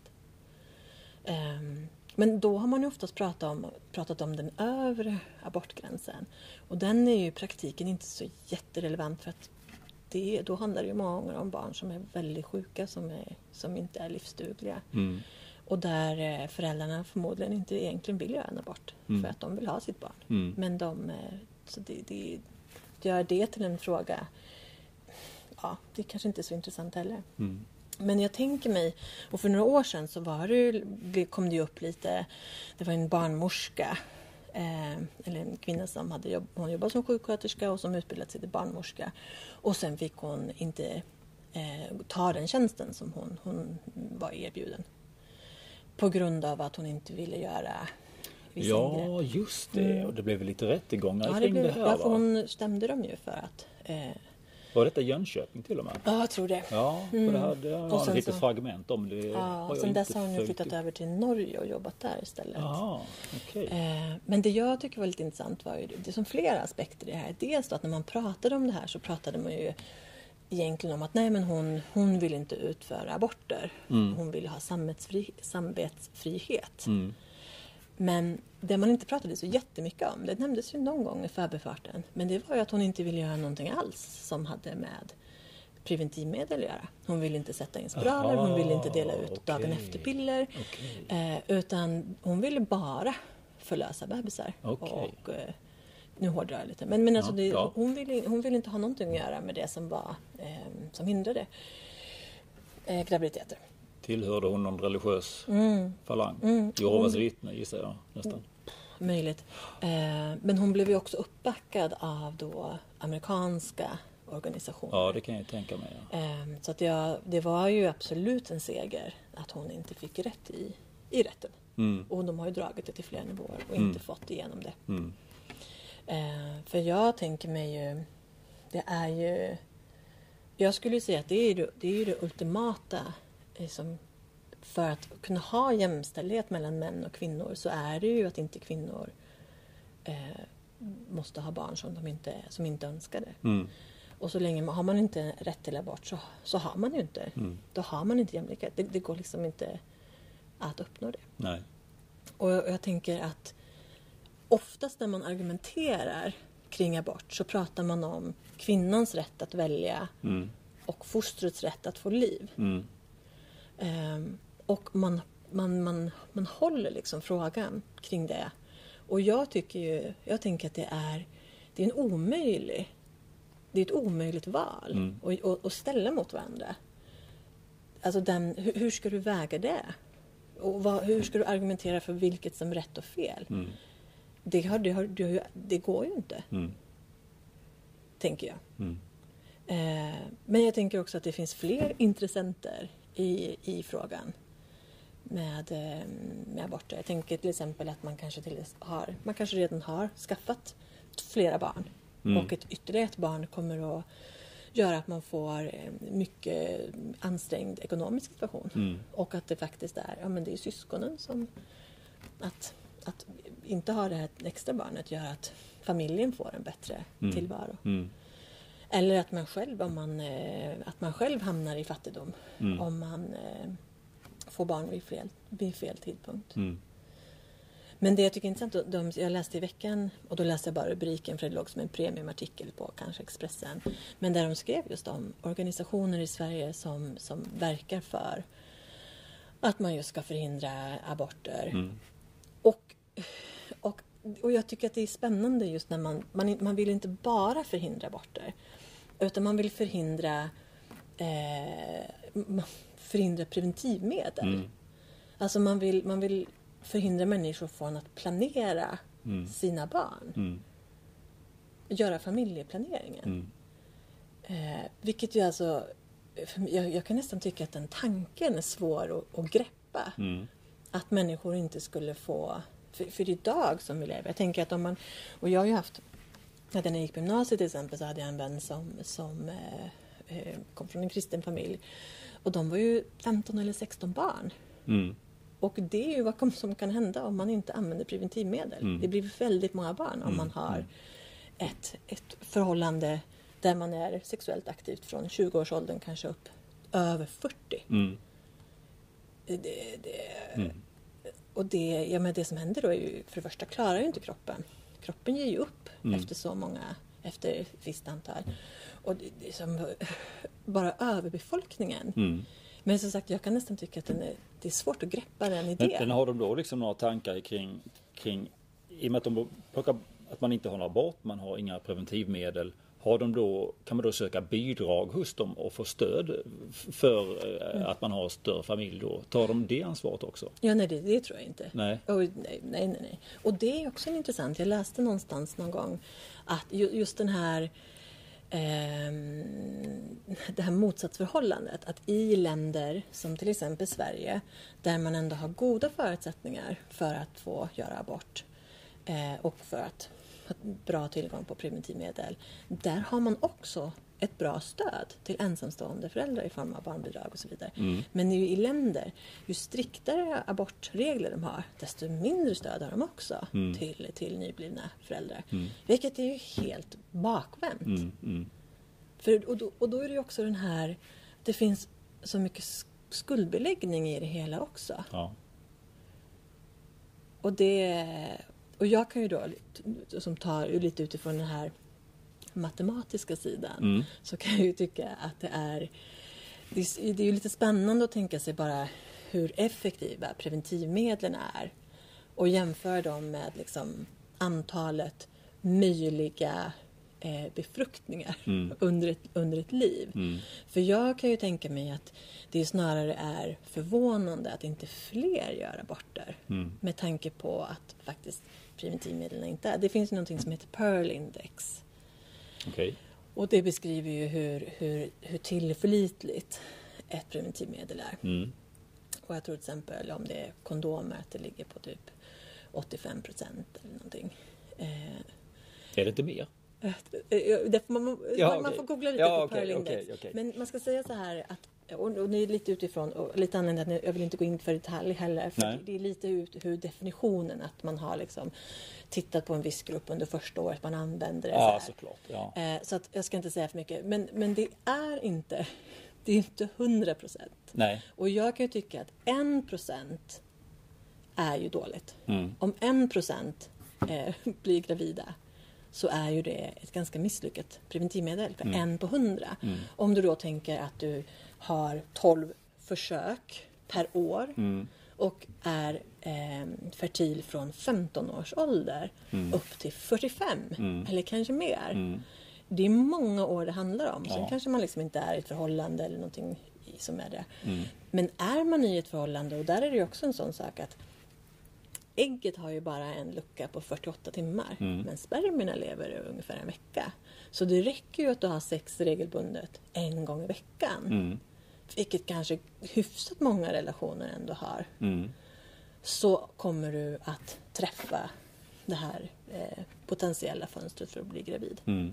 Um, men då har man ju oftast pratat om, pratat om den övre abortgränsen. Och den är ju i praktiken inte så jätterelevant för att det, då handlar det ju många gånger om barn som är väldigt sjuka, som, är, som inte är livsdugliga. Mm. Och där eh, föräldrarna förmodligen inte egentligen vill göra en abort Mm. för att de vill ha sitt barn. Mm. Men de, eh, så det, det, gör det till en fråga, ja, det kanske inte är så intressant heller. Mm. Men jag tänker mig, och för några år sedan så var det, ju- kom det ju upp lite, det var en barnmorska, eh, eller en kvinna som hade jobb, hon jobbade som sjuksköterska och som utbildat sig till barnmorska. Och sen fick hon inte eh, ta den tjänsten som hon, hon var erbjuden. På grund av att hon inte ville göra vissa ingrepp. Ja, just det. Mm. Och det blev lite rättegångar Ja, det kring blev, det här, ja, för va? hon stämde dem ju för att... Eh, Var detta Jönköping till och med? ja, jag tror det. Ja, för Mm. det hade jag Och har sen ett litet så- fragment om det. Ja, har och jag sen inte dess har hon ju följt flyttat upp. över till Norge och jobbat där istället. Jaha, okej. Eh, men det jag tycker var lite intressant var ju det, det är som flera aspekter i det här. Dels då att när man pratade om det här så pratade man ju egentligen om att nej men hon, hon vill inte utföra aborter. Mm. Hon vill ha samvetsfri, samvetsfrihet. Mm. Men det man inte pratade så jättemycket om, det nämndes ju någon gång i förbifarten, men det var ju att hon inte ville göra någonting alls som hade med preventivmedel att göra. Hon ville inte sätta in spiraler, hon ville inte dela ut okay. dagen efter-piller, okay. eh, utan hon ville bara förlösa bebisar. Okay. Och, eh, nu hårdrar jag lite, men, men alltså ja, det, ja. hon, ville, hon ville inte ha någonting att göra med det som var eh, som hindrade eh, graviditeter. Tillhörde hon någon religiös mm. falang? Mm. Jehovas vittne gissar jag nästan. Möjligt. Eh, men hon blev ju också uppbackad av då amerikanska organisationer. Ja, det kan jag tänka mig. Ja. Eh, så att jag, det var ju absolut en seger att hon inte fick rätt i, i rätten. Mm. Och de har ju dragit det till flera nivåer och Mm. inte fått igenom det. Mm. Eh, för jag tänker mig ju, det är ju, jag skulle säga att det är ju det, är ju det ultimata liksom, för att kunna ha jämställdhet mellan män och kvinnor, så är det ju att inte kvinnor eh, måste ha barn som de inte, som inte önskar det. Mm. Och så länge man, har man inte rätt till abort så, så har man ju inte. Mm. Då har man inte jämlikhet. Det, det går liksom inte att uppnå det. Nej. Och jag, jag tänker att oftast när man argumenterar kring abort så pratar man om kvinnans rätt att välja Mm. och fostrets rätt att få liv. Mm. Um, och man, man, man, man håller liksom frågan kring det. Och jag tycker ju, jag tänker att det är, det är en omöjlig, det är ett omöjligt val Mm. att och, och ställa mot varandra. Alltså den, hur, hur ska du väga det? Och vad, hur ska du argumentera för vilket som är rätt och fel? Mm. Det, har, det, har, det, har, det går ju inte, Mm. tänker jag. Mm. Eh, men jag tänker också att det finns fler intressenter i, i frågan med, eh, med aborter. Jag tänker till exempel att man kanske, till, har, man kanske redan har skaffat flera barn. Mm. Och ett ytterligare ett barn kommer att göra att man får en mycket ansträngd ekonomisk situation. Mm. Och att det faktiskt är, ja, men det är syskonen som... Att, att inte ha det här extra barnet gör att familjen får en bättre Mm. tillvaro. Mm. Eller att man själv, om man, eh, att man själv hamnar i fattigdom Mm. om man eh, får barn vid fel, vid fel tidpunkt. Mm. Men det jag tycker är intressant, de, jag läste i veckan, och då läste jag bara rubriken för det låg som en premiumartikel på kanske Expressen. Men där de skrev just om organisationer i Sverige som, som verkar för att man just ska förhindra aborter. Mm. Och, och, och jag tycker att det är spännande just när man, man, man vill inte bara förhindra aborter. Utan man vill förhindra, eh, förhindra preventivmedel. Mm. Alltså man vill, man vill förhindra människor från att planera Mm. sina barn. Mm. Göra familjeplaneringen. Mm. Eh, vilket ju alltså, jag, jag kan nästan tycka att den tanken är svår att, att greppa. Mm. Att människor inte skulle få, för, för idag som vi lever, jag tänker att om man, och jag har ju haft, när jag gick på gymnasiet till exempel så hade jag en vän som, som eh, eh, kom från en kristen familj. Och de var ju femton eller sexton barn. Mm. Och det är ju vad som kan hända om man inte använder preventivmedel. Mm. Det blir väldigt många barn om Mm. man har ett, ett förhållande där man är sexuellt aktivt från tjugo-årsåldern kanske upp över fyrtio. Mm. Det, det, Mm. och det, ja, men det som händer då är ju, för det första klarar ju inte kroppen. Kroppen ger ju upp Mm. efter så många, efter ett visst antal. Och det, det är som bara överbefolkningen. Mm. Men som sagt, jag kan nästan tycka att den är, det är svårt att greppa den idén. Men, men har de då liksom några tankar kring, kring i och med att de plockar, att man inte har någon abort, man har inga preventivmedel, har de då, kan man då söka bidrag hos dem och få stöd för mm. att man har större familj då? Tar de det ansvaret också? Ja, nej, det, det tror jag inte. Nej. Oh, nej, nej, nej, nej. Och det är också intressant. Jag läste någonstans någon gång att just den här eh, det här motsatsförhållandet, att i länder som till exempel Sverige, där man ändå har goda förutsättningar för att få göra abort eh, och för att ha bra tillgång på preventivmedel, där har man också ett bra stöd till ensamstående föräldrar i form av barnbidrag och så vidare. Mm. Men ju i länder, ju striktare abortregler de har, desto mindre stöd har de också Mm. till, till nyblivna föräldrar. Mm. Vilket är ju helt bakvänt. Mm. Mm. För, och, då, och då är det ju också den här, det finns så mycket skuldbeläggning i det hela också. Ja. och, det, och jag kan ju då, som tar lite utifrån den här matematiska sidan, mm. så kan jag ju tycka att det är, det är, det är ju lite spännande att tänka sig bara hur effektiva preventivmedlen är och jämföra dem med liksom antalet möjliga eh, befruktningar mm. under, ett, under ett liv. Mm. För jag kan ju tänka mig att det snarare är förvånande att inte fler gör aborter mm. med tanke på att faktiskt preventivmedlen inte är. Det finns ju någonting som heter Pearl Index. Okay. Och det beskriver ju hur, hur, hur tillförlitligt ett preventivmedel är. Mm. Och jag tror till exempel om det är kondomer att det ligger på typ åttiofem procent eller någonting. Eh, är det inte mer? Det får man, ja, man okay. får googla lite ja, på okay, Pearl Index. Okay, okay. Men man ska säga så här att, och, och det är lite utifrån, och lite annorlunda, jag vill inte gå in för detalj heller, för Nej. det är lite ut hur definitionen att man har liksom tittat på en viss grupp under första året man använder det. Ja, så såklart. Ja. Eh, så att jag ska inte säga för mycket, men, men det är inte, det är inte hundra procent. Nej. Och jag kan ju tycka att en procent är ju dåligt. Mm. Om en procent eh, blir gravida så är ju det ett ganska misslyckat preventivmedel för mm. en på hundra. Mm. Om du då tänker att du har tolv försök per år mm. och är eh, fertil från femton års ålder mm. upp till fyrtiofem mm. eller kanske mer. Mm. Det är många år det handlar om. Sen ja. kanske man liksom inte är i ett förhållande eller någonting som är det. Mm. Men är man i ett förhållande, och där är det ju också en sån sak att ägget har ju bara en lucka på fyrtioåtta timmar. Mm. Men spermierna lever ungefär en vecka. Så det räcker ju att du har sex regelbundet en gång i veckan. Mm. Vilket kanske hyfsat många relationer ändå har. Mm. Så kommer du att träffa det här eh, potentiella fönstret för att bli gravid. Mm.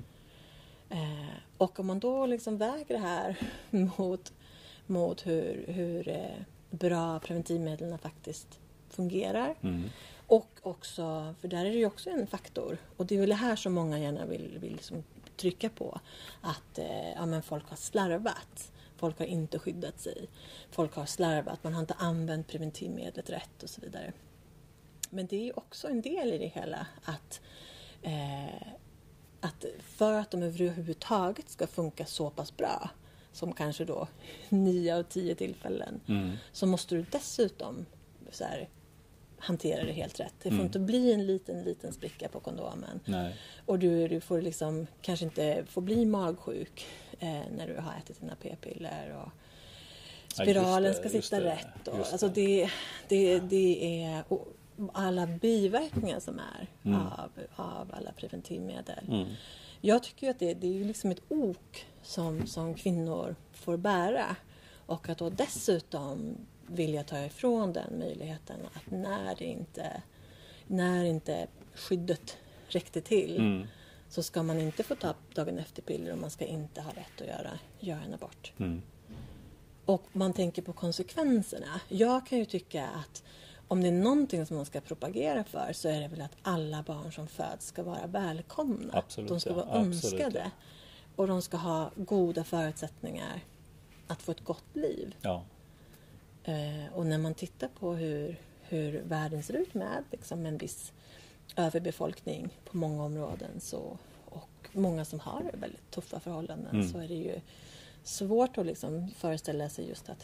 Eh, och om man då liksom väger det här mot, mot hur, hur eh, bra preventivmedlen faktiskt fungerar. Mm. Och också, för där är det ju också en faktor. Och det är väl det här som många gärna vill, vill liksom trycka på. Att eh, ja, men folk har slarvat. Folk har inte skyddat sig. Folk har slarvat. Man har inte använt preventivmedlet rätt och så vidare. Men det är ju också en del i det hela. Att, eh, att för att de överhuvudtaget ska funka så pass bra. Som kanske då nio av tio tillfällen. Mm. Så måste du dessutom så här, hantera det helt rätt. Det får mm. inte bli en liten, liten spricka på kondomen. Nej. Och du, du får liksom kanske inte få bli magsjuk eh, när du har ätit dina p-piller. Och spiralen ja, det, ska sitta det, rätt. Och, alltså det, det, det är och alla biverkningar som är mm. av, av alla preventivmedel. Mm. Jag tycker att det, det är liksom ett ok som, som kvinnor får bära. Och att då dessutom vill jag ta ifrån den möjligheten att när det inte, när inte skyddet räckte till mm. så ska man inte få ta dagen efter piller och man ska inte ha rätt att göra, göra en abort. Mm. Och man tänker på konsekvenserna. Jag kan ju tycka att om det är någonting som man ska propagera för så är det väl att alla barn som föds ska vara välkomna. Absolut, de ska vara ja, önskade absolut. Och de ska ha goda förutsättningar att få ett gott liv. Ja. Eh, och när man tittar på hur, hur världen ser ut med liksom en viss överbefolkning på många områden så, och många som har väldigt tuffa förhållanden mm. så är det ju svårt att liksom föreställa sig just att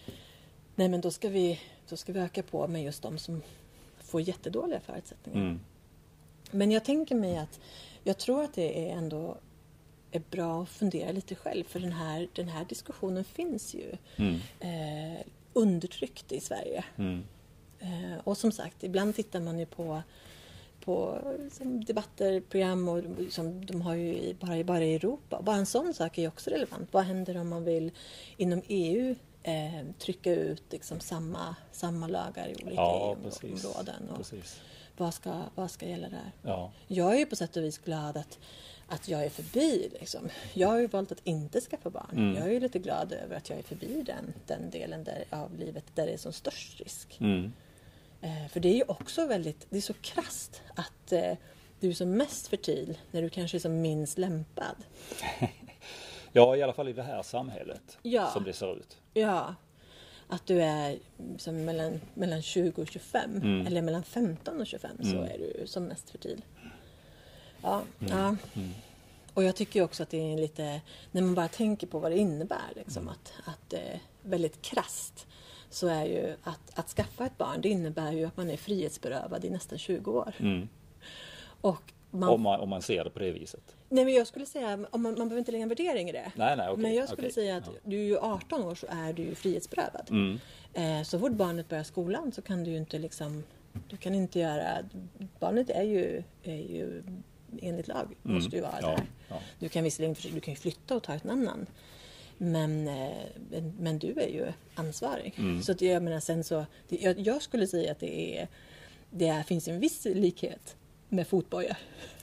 nej men då ska vi, då ska vi öka på med just de som får jättedåliga förutsättningar. Mm. Men jag tänker mig att jag tror att det är ändå är bra att fundera lite själv för den här, den här diskussionen finns ju mm. eh, undertryckt i Sverige. Mm. Eh, och som sagt, ibland tittar man ju på, på liksom, debatter, program och liksom, de har ju i, bara, bara i Europa. Bara en sån sak är ju också relevant. Vad händer om man vill inom E U eh, trycka ut liksom, samma, samma lagar i olika ja, E U-områden? Och precis. Vad ska, vad ska gälla där? Ja. Jag är ju på sätt och vis glad att att jag är förbi. Liksom. Jag har ju valt att inte skaffa barn. Mm. Jag är ju lite glad över att jag är förbi den, den delen där, av livet där det är som störst risk. Mm. Eh, för det är ju också väldigt, det är så krasst att eh, du är som mest fertil när du kanske är som minst lämpad. Ja, i alla fall i det här samhället ja. som det ser ut. Ja, att du är som mellan, mellan tjugo och tjugofem mm. eller mellan femton och tjugofem mm. så är du som mest fertil. Ja, mm. ja. Mm. Och jag tycker också att det är lite, när man bara tänker på vad det innebär liksom, mm. att, att eh, väldigt krasst så är ju att, att skaffa ett barn, det innebär ju att man är frihetsberövad i nästan tjugo år. Mm. Och man, om, man, om man ser det på det viset. Nej, men jag skulle säga, om man, man behöver inte lägga en värdering i det. Nej, nej, okay, men jag skulle okay. säga att ja. du är ju arton år så är du ju frihetsberövad. Mm. Eh, så fort barnet börjar skolan så kan du ju inte liksom, du kan inte göra, barnet är ju, är ju enligt lag, mm. måste ju vara ja, där. Ja. Du kan visserligen, du kan ju flytta och ta ett annan. Men, eh, men du är ju ansvarig. Mm. Så att jag menar sen så, det, jag, jag skulle säga att det är, det är, finns en viss likhet med fotboja.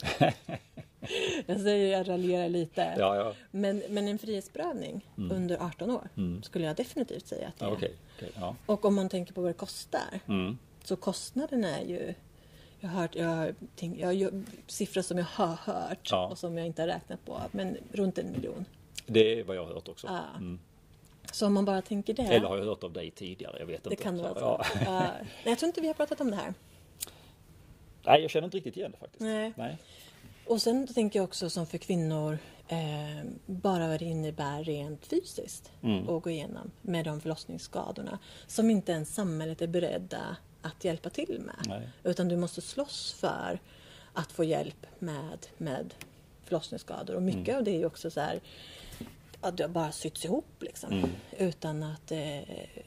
Jag säger jag raljerar lite. Ja, ja. Men, men en frihetsberövning mm. under arton år mm. skulle jag definitivt säga att det är. Ja, okay, okay, ja. Och om man tänker på vad det kostar. Mm. Så kostnaden är ju, jag har hört, jag har tänkt, jag, jag, siffror som jag har hört ja. och som jag inte har räknat på. Men runt en miljon. Det är vad jag har hört också. Ja. Mm. Så om man bara tänker det. Eller har jag hört av dig tidigare, jag vet inte. Det kan det vara så. Ja. Uh, nej, jag tror inte vi har pratat om det här. Nej, jag känner inte riktigt igen det faktiskt. Nej. Nej. Och sen tänker jag också som för kvinnor eh, bara vad det innebär rent fysiskt mm. att gå igenom med de förlossningsskadorna som inte ens samhället är beredda att hjälpa till med. Nej. Utan du måste slåss för att få hjälp med, med förlossningsskador. Och mycket mm. av det är ju också så här att det bara sytts ihop liksom. Mm. Utan att eh,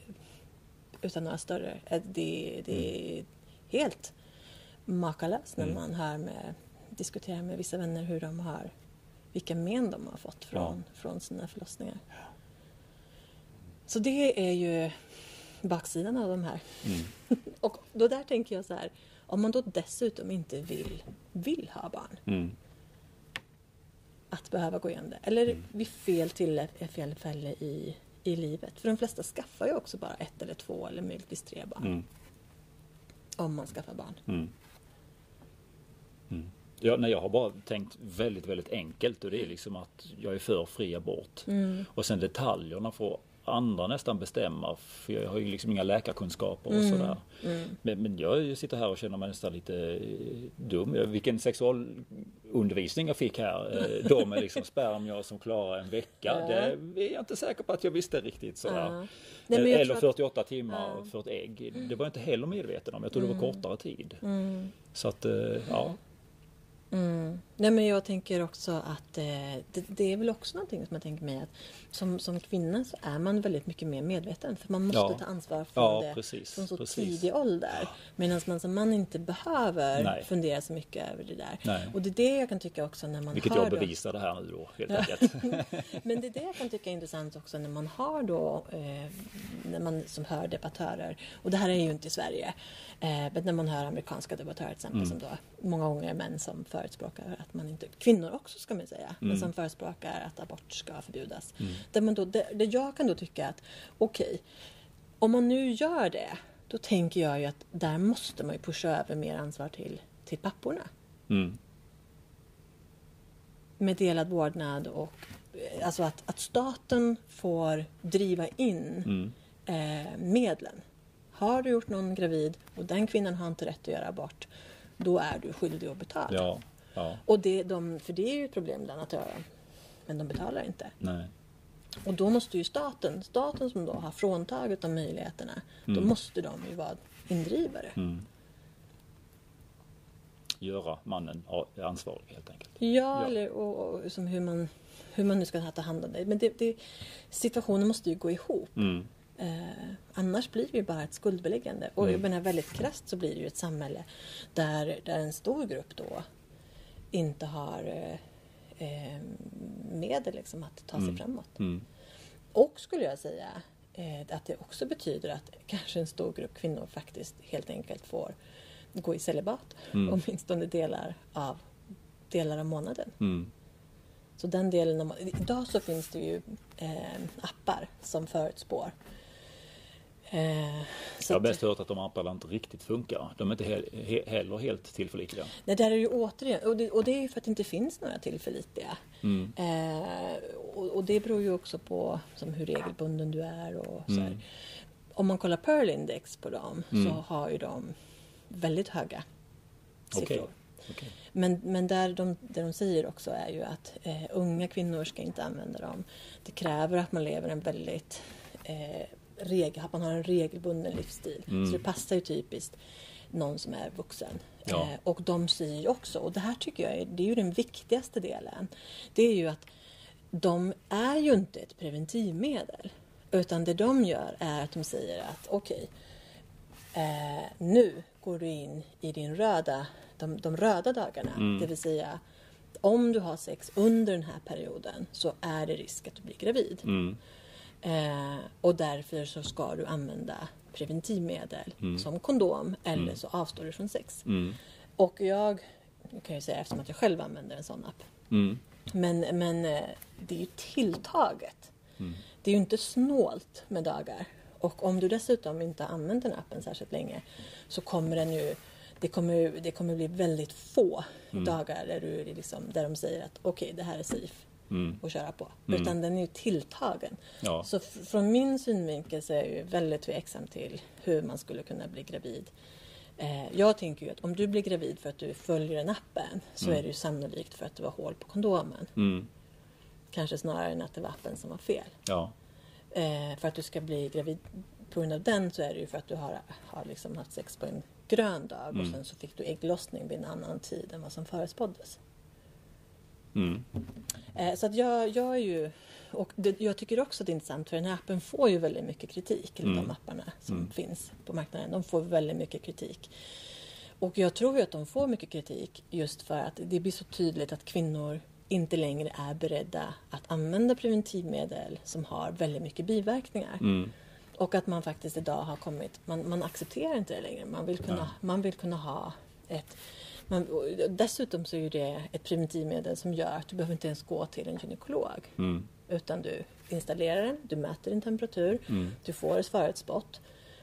utan några större. Det, det är mm. helt makalöst när mm. man hör med, diskuterar med vissa vänner hur de har, vilka men de har fått från, ja. från sina förlossningar. Ja. Så det är ju baksidan av de här. Mm. Och då där tänker jag så här, om man då dessutom inte vill, vill ha barn. Mm. Att behöva gå igenom det. Eller mm. vid fel tillfälle i, i livet. För de flesta skaffar ju också bara ett eller två eller möjligtvis tre barn. Mm. Om man skaffar barn. Mm. Mm. Ja, nej, jag har bara tänkt väldigt, väldigt enkelt och det är liksom att jag är för fri abort. Mm. Och sen detaljerna får andra nästan bestämma för jag har ju liksom inga läkarkunskaper och mm. sådär. Mm. Men, men jag sitter här och känner mig nästan lite dum. Vilken sexualundervisning jag fick här. De med liksom spermier som klarar en vecka. Ja. Det är jag inte säker på att jag visste riktigt sådär. Ja. Nej, eller fyrtioåtta att... timmar ja. för ett ägg. Det var jag inte heller medveten om. Jag tror mm. det var kortare tid. Mm. Så att, ja. Mm. Nej, men jag tänker också att eh, det, det är väl också någonting som jag tänker mig att som, som kvinna så är man väldigt mycket mer medveten för man måste ja. ta ansvar för ja, det precis, från så precis. tidig ålder medan man som man inte behöver Nej. fundera så mycket över det där. Nej. Och det är det jag kan tycka också när man Vilket har jag bevisar då... det här nu då helt enkelt. Men det är det jag kan tycka är intressant också när man har då eh, när man som hör debattörer och det här är ju inte i Sverige eh, men när man hör amerikanska debattörer till exempel mm. som då många gånger män som förespråkar att man inte, kvinnor också ska man säga, mm. men som förespråkar att abort ska förbjudas. Mm. Där, man då, där, där jag kan då tycka att okej, okay, om man nu gör det, då tänker jag ju att där måste man ju pusha över mer ansvar till, till papporna. Mm. Med delad vårdnad och alltså att, att staten får driva in mm. eh, medlen. Har du gjort någon gravid och den kvinnan har inte rätt att göra abort, då är du skyldig att betala. Ja. Ja. Och det, de, för det är ju ett problem bland att göra. Men de betalar inte. Nej. Och då måste ju staten, staten som då har fråntagit de möjligheterna, mm. då måste de ju vara indrivare. Mm. Göra mannen ansvarig helt enkelt. Ja, ja. eller och, och, som hur, man, hur man nu ska ta hand om det. Men det, det, situationen måste ju gå ihop. Mm. Eh, annars blir det ju bara ett skuldbeläggande. Och mm. jag menar, väldigt krasst så blir det ju ett samhälle där, där en stor grupp då inte har eh, medel liksom att ta sig mm. framåt. Mm. Och skulle jag säga eh, att det också betyder att kanske en stor grupp kvinnor faktiskt helt enkelt får gå i celibat mm. åtminstone delar av, delar av månaden. Mm. Så den delen av, idag så finns det ju eh, appar som förutspår. Eh, jag har bäst hört att de apparna inte riktigt funkar. De är inte he- he- heller helt tillförlitliga. Nej, där är ju återigen, och det, och det är ju för att det inte finns några tillförlitliga. Mm. Eh, och, och det beror ju också på som hur regelbunden du är och så här. om man kollar Pearl Index på dem Mm. så har ju de väldigt höga siffror. Okej. Okej. Men, men där de, det de säger också är ju att eh, unga kvinnor ska inte använda dem. Det kräver att man lever en väldigt eh, regel, att man har en regelbunden livsstil. Mm. Så det passar ju typiskt någon som är vuxen. Ja. Eh, och de säger ju också, och det här tycker jag är, det är ju den viktigaste delen. Det är ju att de är ju inte ett preventivmedel. Utan det de gör är att de säger att okej, eh, nu går du in i din röda, de, de röda dagarna. Mm. Det vill säga, om du har sex under den här perioden så är det risk att du blir gravid. Mm. Eh, och därför så ska du använda preventivmedel Mm. som kondom eller Mm. så avstår du från sex. Mm. Och jag, jag kan ju säga eftersom att jag själv använder en sån app. Mm. Men, men eh, det är ju tilltaget. Mm. Det är ju inte snålt med dagar. Och om du dessutom inte har använt den appen särskilt länge så kommer den ju, det kommer, det kommer bli väldigt få Mm. dagar där, du liksom, där de säger att okej, okay, det här är safe Mm. att köra på. Mm. Utan den är ju tilltagen. Ja. Så f- från min synvinkel så är jag ju väldigt tveksam till hur man skulle kunna bli gravid. Eh, jag tänker ju att om du blir gravid för att du följer den appen så Mm. är det ju sannolikt för att det var hål på kondomen. Mm. Kanske snarare än att det var appen som var fel. Ja. Eh, för att du ska bli gravid på grund av den så är det ju för att du har, har liksom haft sex på en grön dag och Mm. sen så fick du ägglossning vid en annan tid än vad som förespåddes. Mm. Eh, så att jag, jag är ju, och det, jag tycker också att det är intressant för den här appen får ju väldigt mycket kritik, eller Mm. de apparna som Mm. finns på marknaden, de får väldigt mycket kritik. Och jag tror ju att de får mycket kritik just för att det blir så tydligt att kvinnor inte längre är beredda att använda preventivmedel som har väldigt mycket biverkningar. Mm. Och att man faktiskt idag har kommit, man, man accepterar inte det längre. Man vill kunna, Ja. man vill kunna ha ett, man, och dessutom så är det ett preventivmedel som gör att du behöver inte ens gå till en gynekolog. Mm. Utan du installerar den, du mäter din temperatur, Mm. du får ett förutspott.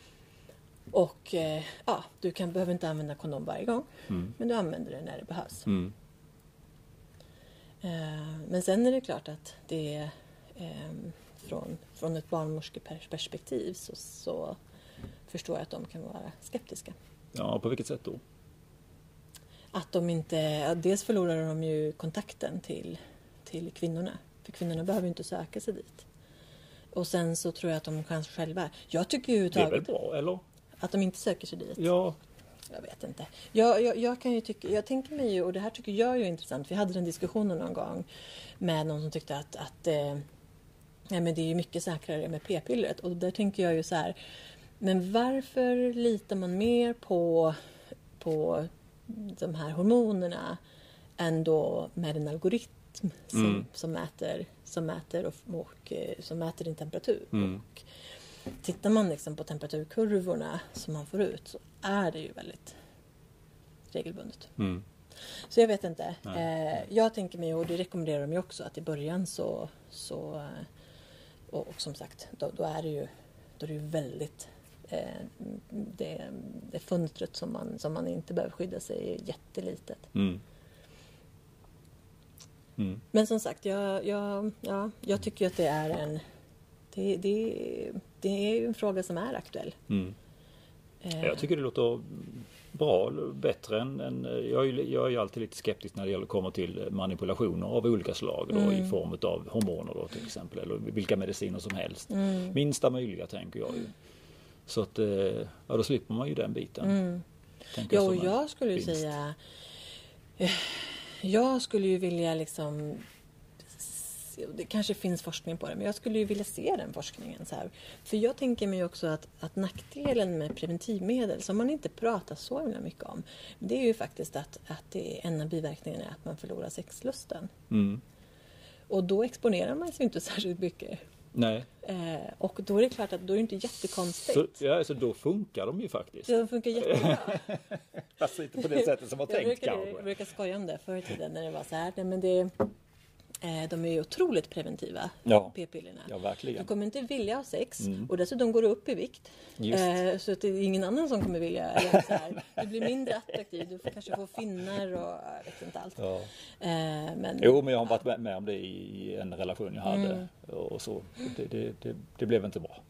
Och eh, ja, du kan, behöver inte använda kondom varje gång. Mm. Men du använder det när det behövs. Mm. Eh, men sen är det klart att det är eh, från, från ett barnmorskeperspektiv så, så förstår jag att de kan vara skeptiska. Ja, på vilket sätt då? Att de inte, ja, dels förlorar de ju kontakten till, till kvinnorna. För kvinnorna behöver ju inte söka sig dit. Och sen så tror jag att de kanske själva, jag tycker ju Det är väl överhuvudtaget bra, eller? att de inte söker sig dit. Ja. Jag vet inte. Jag, jag, jag kan ju tycka, jag tänker mig ju, och det här tycker jag är ju intressant. Vi hade den diskussionen någon gång med någon som tyckte att, att eh, ja, men det är ju mycket säkrare med p-pillret. Och där tänker jag ju så här, men varför litar man mer på, på de här hormonerna än då med en algoritm som, Mm. som mäter, som mäter, och, och, eh, som mäter din temperatur. Mm. Och tittar man liksom på temperaturkurvorna som man får ut så är det ju väldigt regelbundet. Mm. Så jag vet inte. Nej. Eh, jag tänker mig, och det rekommenderar de ju också, att i början så, så eh, och, och som sagt, då, då är det ju då är det ju väldigt eh, det, det fönstret som man, som man inte behöver skydda sig är jättelitet. Mm. Mm. Men som sagt, jag, jag, ja, jag tycker att det är en det, det, det är ju en fråga som är aktuell. Mm. Eh, Jag tycker det låter bra, bättre än, än jag, är, ju- jag är ju alltid lite skeptisk när det gäller, kommer till manipulationer av olika slag då, Mm. i form av hormoner då, till exempel, eller vilka mediciner som helst. Mm. Minsta möjliga, tänker jag ju. Så att, eh, ja, då slipper man ju den biten. Mm. tänker Ja, som och en jag skulle ju vinst. säga eh, jag skulle ju vilja liksom det kanske finns forskning på det, men jag skulle ju vilja se den forskningen så här. För jag tänker mig också att, att nackdelen med preventivmedel som man inte pratar så himla mycket om, det är ju faktiskt att, att det är en av biverkningarna är att man förlorar sexlusten. Mm. Och då exponerar man sig inte särskilt mycket. Nej, Eh, och då är det klart att då är det inte jättekonstigt. så, ja, så då funkar de ju faktiskt. Det funkar jättebra. Fast inte på det sättet som man Jag tänkt brukade, kanske. jag brukar skoja om det förr i tiden när det var så här. Nej, men det, eh, de är ju otroligt preventiva, Ja. p-pillerna. Ja, Du verkligen. kommer inte vilja ha sex Mm. och dessutom går du upp i vikt. Just. Eh, så att det är ingen annan som kommer vilja. Eller så här, du blir mindre attraktiv, du får kanske få finnar och jag vet inte allt. Ja. Eh, men, Jo, men jag har varit med- med om det i en relation jag hade. Mm. Och så. Det, det, det, det blev inte bra.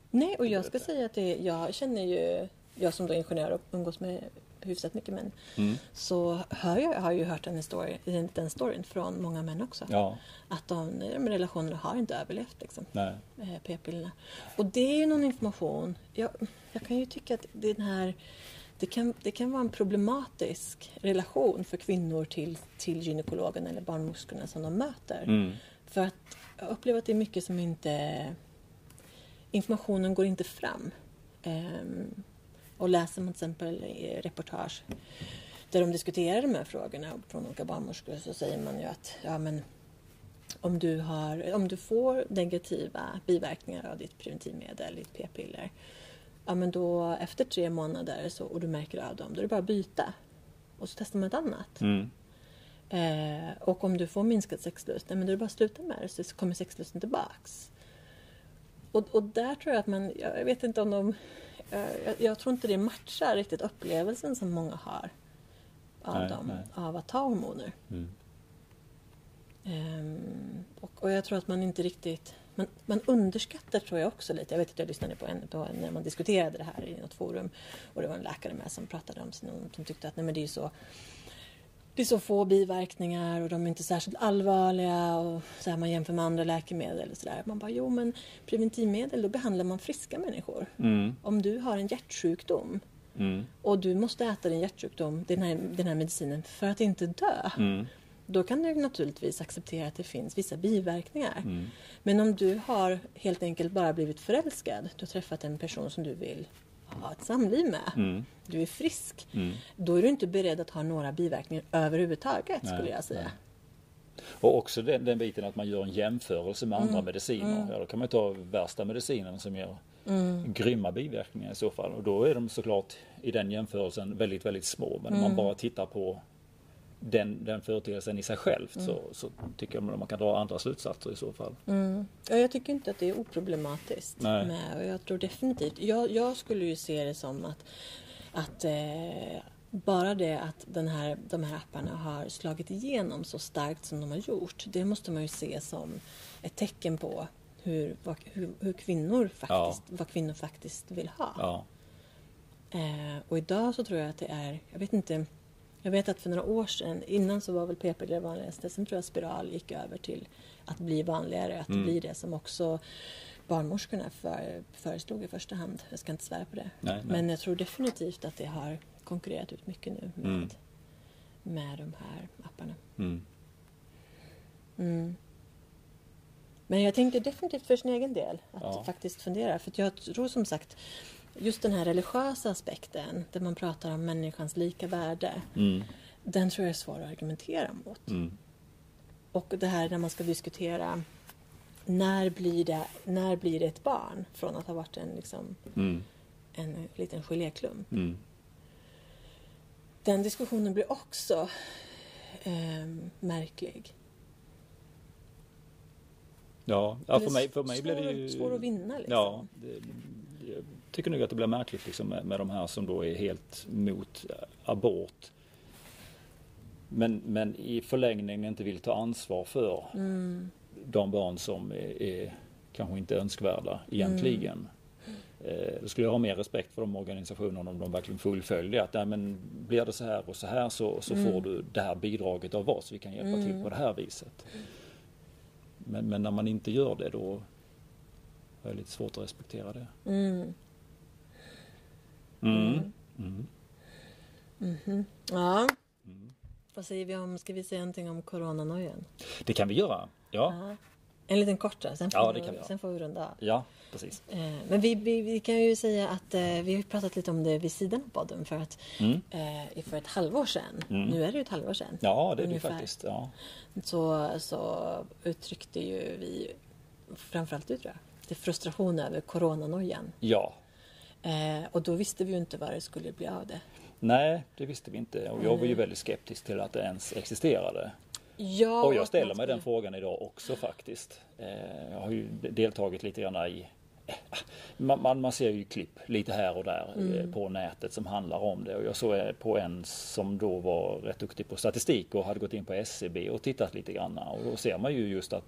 Nej, och jag ska säga att det, jag känner ju, jag som då är ingenjör och umgås med hyfsat mycket män, mm. så hör jag, jag har ju hört den, story, den, den storyn från många män också. Ja. Att de, de relationerna har inte överlevt liksom, Nej. p-pillerna. Och det är ju någon information, jag, jag kan ju tycka att det, den här, det, kan, det kan vara en problematisk relation för kvinnor till, till gynekologen eller barnmorskorna som de möter. Mm. För att jag upplever att det är mycket som inte, informationen går inte fram. Um, och läser man till exempel reportage där de diskuterar de här frågorna från olika barnmorskor, så säger man ju att ja, men om du, har, om du får negativa biverkningar av ditt preventivmedel, ditt p-piller, ja, men då efter tre månader så, och du märker av dem, då är det bara att byta och så testar man ett annat. Mm. Eh, och om du får minskad sexlust, ja, men då är det bara att sluta med det, så kommer sexlusten tillbaks. Och, och där tror jag att man, jag vet inte om de, jag, jag tror inte det matchar riktigt upplevelsen som många har av, nej, dem, nej. av att ta hormoner. Mm. Um, och, och jag tror att man inte riktigt, man, man underskattar, tror jag också lite. Jag vet att jag lyssnade på en på, när man diskuterade det här i något forum, och det var en läkare med som pratade om sin, som tyckte att nej, men det är så det är så få biverkningar och de är inte särskilt allvarliga, och så här, man jämför med andra läkemedel och så där. Man bara, jo, men preventivmedel, då behandlar man friska människor. Mm. Om du har en hjärtsjukdom mm. och du måste äta din hjärtsjukdom, den här, den här medicinen, för att inte dö, mm. då kan du naturligtvis acceptera att det finns vissa biverkningar. Mm. Men om du har helt enkelt bara blivit förälskad, du har träffat en person som du vill ha ett samliv med, mm. du är frisk, mm. då är du inte beredd att ha några biverkningar överhuvudtaget, nej, skulle jag säga. Nej. Och också den, den biten att man gör en jämförelse med andra mm. mediciner. Mm. Ja, då kan man ta värsta medicinen som ger mm. grymma biverkningar i så fall. Och då är de såklart i den jämförelsen väldigt, väldigt små. Men mm. om man bara tittar på den, den företeelsen i sig själv, mm. så, så tycker jag att man kan dra andra slutsatser i så fall. Mm. Ja, jag tycker inte att det är oproblematiskt. Med, och jag tror definitivt, jag, jag skulle ju se det som att, att eh, bara det att den här, de här apparna har slagit igenom så starkt som de har gjort, det måste man ju se som ett tecken på hur, vad, hur, hur kvinnor faktiskt, ja. vad kvinnor faktiskt vill ha. Ja. Eh, och idag så tror jag att det är, jag vet inte, jag vet att för några år sedan, innan så var väl p-piller det vanligaste, sen tror jag spiral gick över till att bli vanligare, att mm. bli det som också barnmorskorna för, föreslog i första hand. Jag ska inte svära på det. Nej, nej. Men jag tror definitivt att det har konkurrerat ut mycket nu med, mm. med de här apparna. Mm. Mm. Men jag tänkte definitivt för sin egen del att ja. faktiskt fundera. För jag tror som sagt, just den här religiösa aspekten där man pratar om människans lika värde, mm. den tror jag är svår att argumentera mot. Mm. Och det här när man ska diskutera när blir det, när blir det ett barn från att ha varit en, liksom, mm. en liten geléklump. Mm. Den diskussionen blir också eh, märklig. Ja, ja för, mig, för mig blir det ju svår att vinna. Liksom. Ja, det, jag tycker nog att det blir märkligt liksom, med, med de här som då är helt mot abort. Men, men i förlängningen inte vill ta ansvar för mm. de barn som är, är kanske inte önskvärda egentligen. Mm. Eh, då skulle jag ha mer respekt för de organisationerna om de verkligen fullföljer att nej, men blir det så här och så här så, så mm. får du det här bidraget av oss. Vi kan hjälpa mm. till på det här viset. Men, men när man inte gör det, då är det lite svårt att respektera det. Mm. Mm. Mm. Mm-hmm. Ja. Mm. Vad säger vi om, ska vi säga någonting om coronanojan? Det kan vi göra, ja. ja. En liten kortare, sen får, ja, det kan vi, vi sen får vi runda. Ja, precis. Eh, men vi, vi, vi kan ju säga att eh, vi har pratat lite om det vid sidan av podden för att mm. eh, för ett halvår sedan, mm. nu är det ju ett halvår sedan. Ja, det är det faktiskt. Ja. Så, så uttryckte ju vi, framförallt du tror jag, det frustration över coronanojan. Ja. Eh, och då visste vi ju inte vad det skulle bli av det. Nej, det visste vi inte. Och jag var ju väldigt skeptisk till att det ens existerade. Ja, och jag ställer mig den frågan idag också faktiskt. Eh, jag har ju deltagit lite grann i... Eh, man, man, man ser ju klipp lite här och där mm. eh, på nätet som handlar om det. Och jag såg på en som då var rätt duktig på statistik och hade gått in på S C B och tittat lite grann. Och då ser man ju just att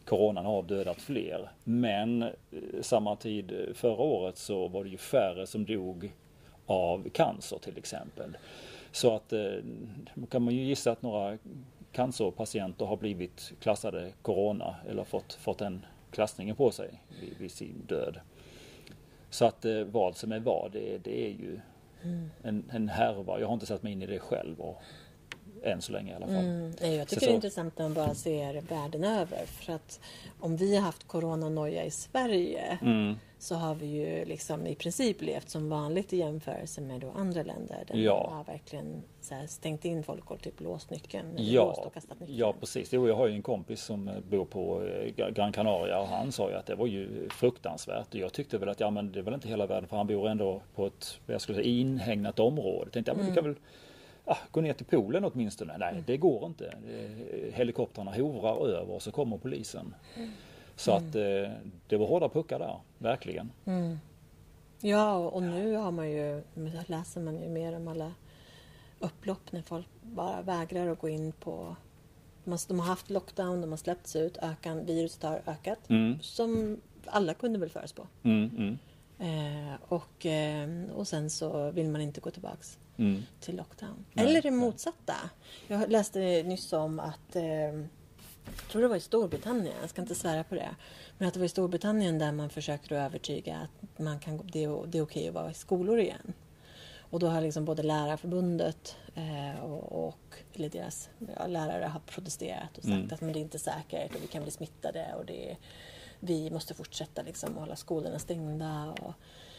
coronan har dödat fler. Men samma tid förra året så var det ju färre som dog av cancer till exempel. Så att då kan man ju gissa att några cancerpatienter har blivit klassade corona eller fått, fått den klassningen på sig vid, vid sin död. Så att vad som är vad, det, det är ju mm. en, en härva. Jag har inte satt mig in i det själv och än så länge i alla fall. Mm. Nej, jag tycker så, det är intressant när man bara ser världen över. För att om vi har haft coronanoja i Sverige mm. så har vi ju liksom i princip levt som vanligt i jämförelse med då andra länder. Där ja. man har verkligen så här stängt in folk och typ låst nyckeln. Ja, låst och kastat nyckeln. Ja, precis. Jag har ju en kompis som bor på Gran Canaria och han sa ju att det var ju fruktansvärt. Jag tyckte väl att ja, men det är väl inte hela världen för han bor ändå på ett jag skulle säga, inhägnat område. Jag tänkte, ja, men mm. du kan väl Ah, gå ner till poolen åtminstone. Nej, mm. det går inte. Helikoptrarna hovrar över och så kommer polisen. Mm. Så att eh, det var hårda puckar där, verkligen. Mm. Ja, och nu har man ju, läser man ju mer om alla upplopp när folk bara vägrar att gå in på. De har haft lockdown, de har släppts ut, ökan, viruset har ökat. Mm. Som alla kunde väl förutspå. Mm, mm. Eh, och, eh, och sen så vill man inte gå tillbaks. Mm. till lockdown. Nej, eller det motsatta. Jag läste nyss om att eh, jag tror det var i Storbritannien, jag ska inte svära på det, men att det var i Storbritannien där man försöker att övertyga att man kan, det, är, det är okej att vara i skolor igen. Och då har liksom både Lärarförbundet eh, och, och eller deras ja, lärare har protesterat och sagt mm. att men det är inte säkert och vi kan bli smittade och det, vi måste fortsätta liksom hålla skolorna stängda och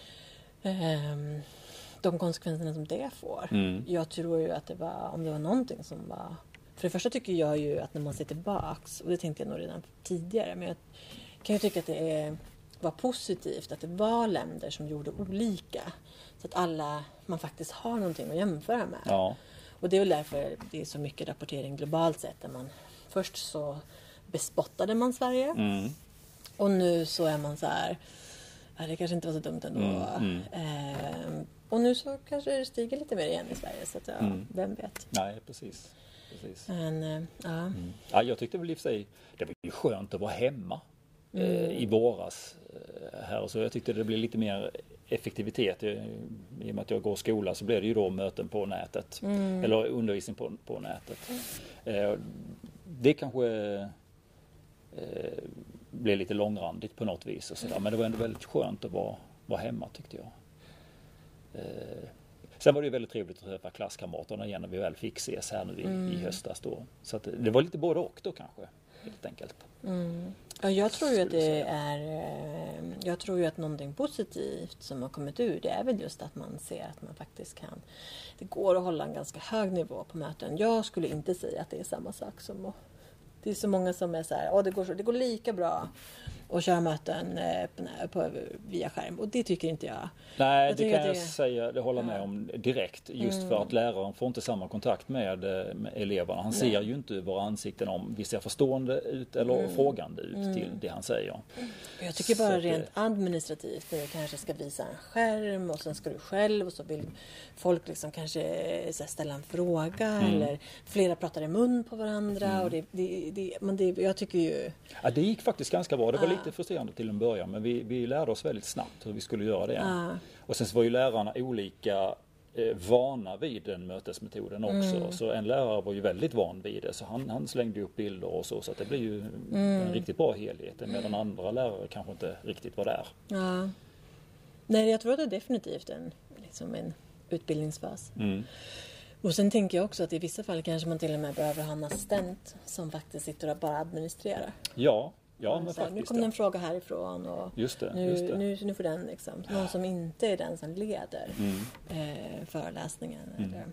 ehm, de konsekvenserna som det får. Mm. Jag tror ju att det var, om det var någonting som var... För det första tycker jag ju att när man ser tillbaks, och det tänkte jag nog redan tidigare, men jag kan ju tycka att det är, var positivt att det var länder som gjorde olika. Så att alla, man faktiskt har någonting att jämföra med. Ja. Och det är väl därför det är så mycket rapportering globalt sett. Där man, först så bespottade man Sverige. Mm. Och nu så är man så här... Det kanske inte var så dumt ändå. Mm, mm. Eh, och nu så kanske det stiger lite mer igen i Sverige. Så att ja, mm. vem vet. Nej, precis. precis. Men, eh, ja. Mm. ja. Jag tyckte väl i och för sig, det var ju skönt att vara hemma mm. eh, i våras. Eh, här och så. Jag tyckte det blev lite mer effektivitet. I, I och med att jag går skola så blev det ju då möten på nätet. Mm. Eller undervisning på, på nätet. Mm. Eh, det kanske... Eh, blev lite långrandigt på något vis och sådär. Men det var ändå väldigt skönt att vara, vara hemma tyckte jag. Eh, sen var det ju väldigt trevligt att träffa klasskamraterna igen när vi väl fick ses här nu i, mm. i höstas då. Så att det var lite både och då kanske, helt enkelt. Mm. Ja, jag tror ju att det är jag tror ju att någonting positivt som har kommit ur det är väl just att man ser att man faktiskt kan det går att hålla en ganska hög nivå på möten. Jag skulle inte säga att det är samma sak som att det är så många som är så här, åh det går så, det går lika bra att köra möten på, på, via skärm. Och det tycker inte jag. Nej, jag det kan jag det... säga, det håller med om direkt. Just mm. för att läraren får inte samma kontakt med, med eleverna. Han Nej. ser ju inte våra ansikten om vi ser förstående ut eller mm. frågande ut mm. till det han säger. Jag tycker bara så rent det... administrativt, när du kanske ska visa en skärm och sen ska du själv och så vill folk liksom kanske så här, ställa en fråga mm. eller flera pratar i mun på varandra. Mm. Och det, det, det, men det, jag tycker ju... Ja, det gick faktiskt ganska bra. Det var lite frustrerande till en början, men vi, vi lärde oss väldigt snabbt hur vi skulle göra det. Ah. Och sen så var ju lärarna olika eh, vana vid den mötesmetoden också. Mm. Så en lärare var ju väldigt van vid det, så han, han slängde upp bilder och så, så att det blev ju mm. en riktigt bra helhet. Medan andra lärare kanske inte riktigt var där. Ja. Nej, jag tror att det är definitivt en, liksom en utbildningsfas. Mm. Och sen tänker jag också att i vissa fall kanske man till och med behöver ha en assistent som faktiskt sitter och bara administrerar. Ja. Ja, men här, nu kom det en fråga härifrån och just det, nu, just det. Nu, nu får den liksom, någon som inte är den som leder mm. eh, föreläsningen. Mm. Eller.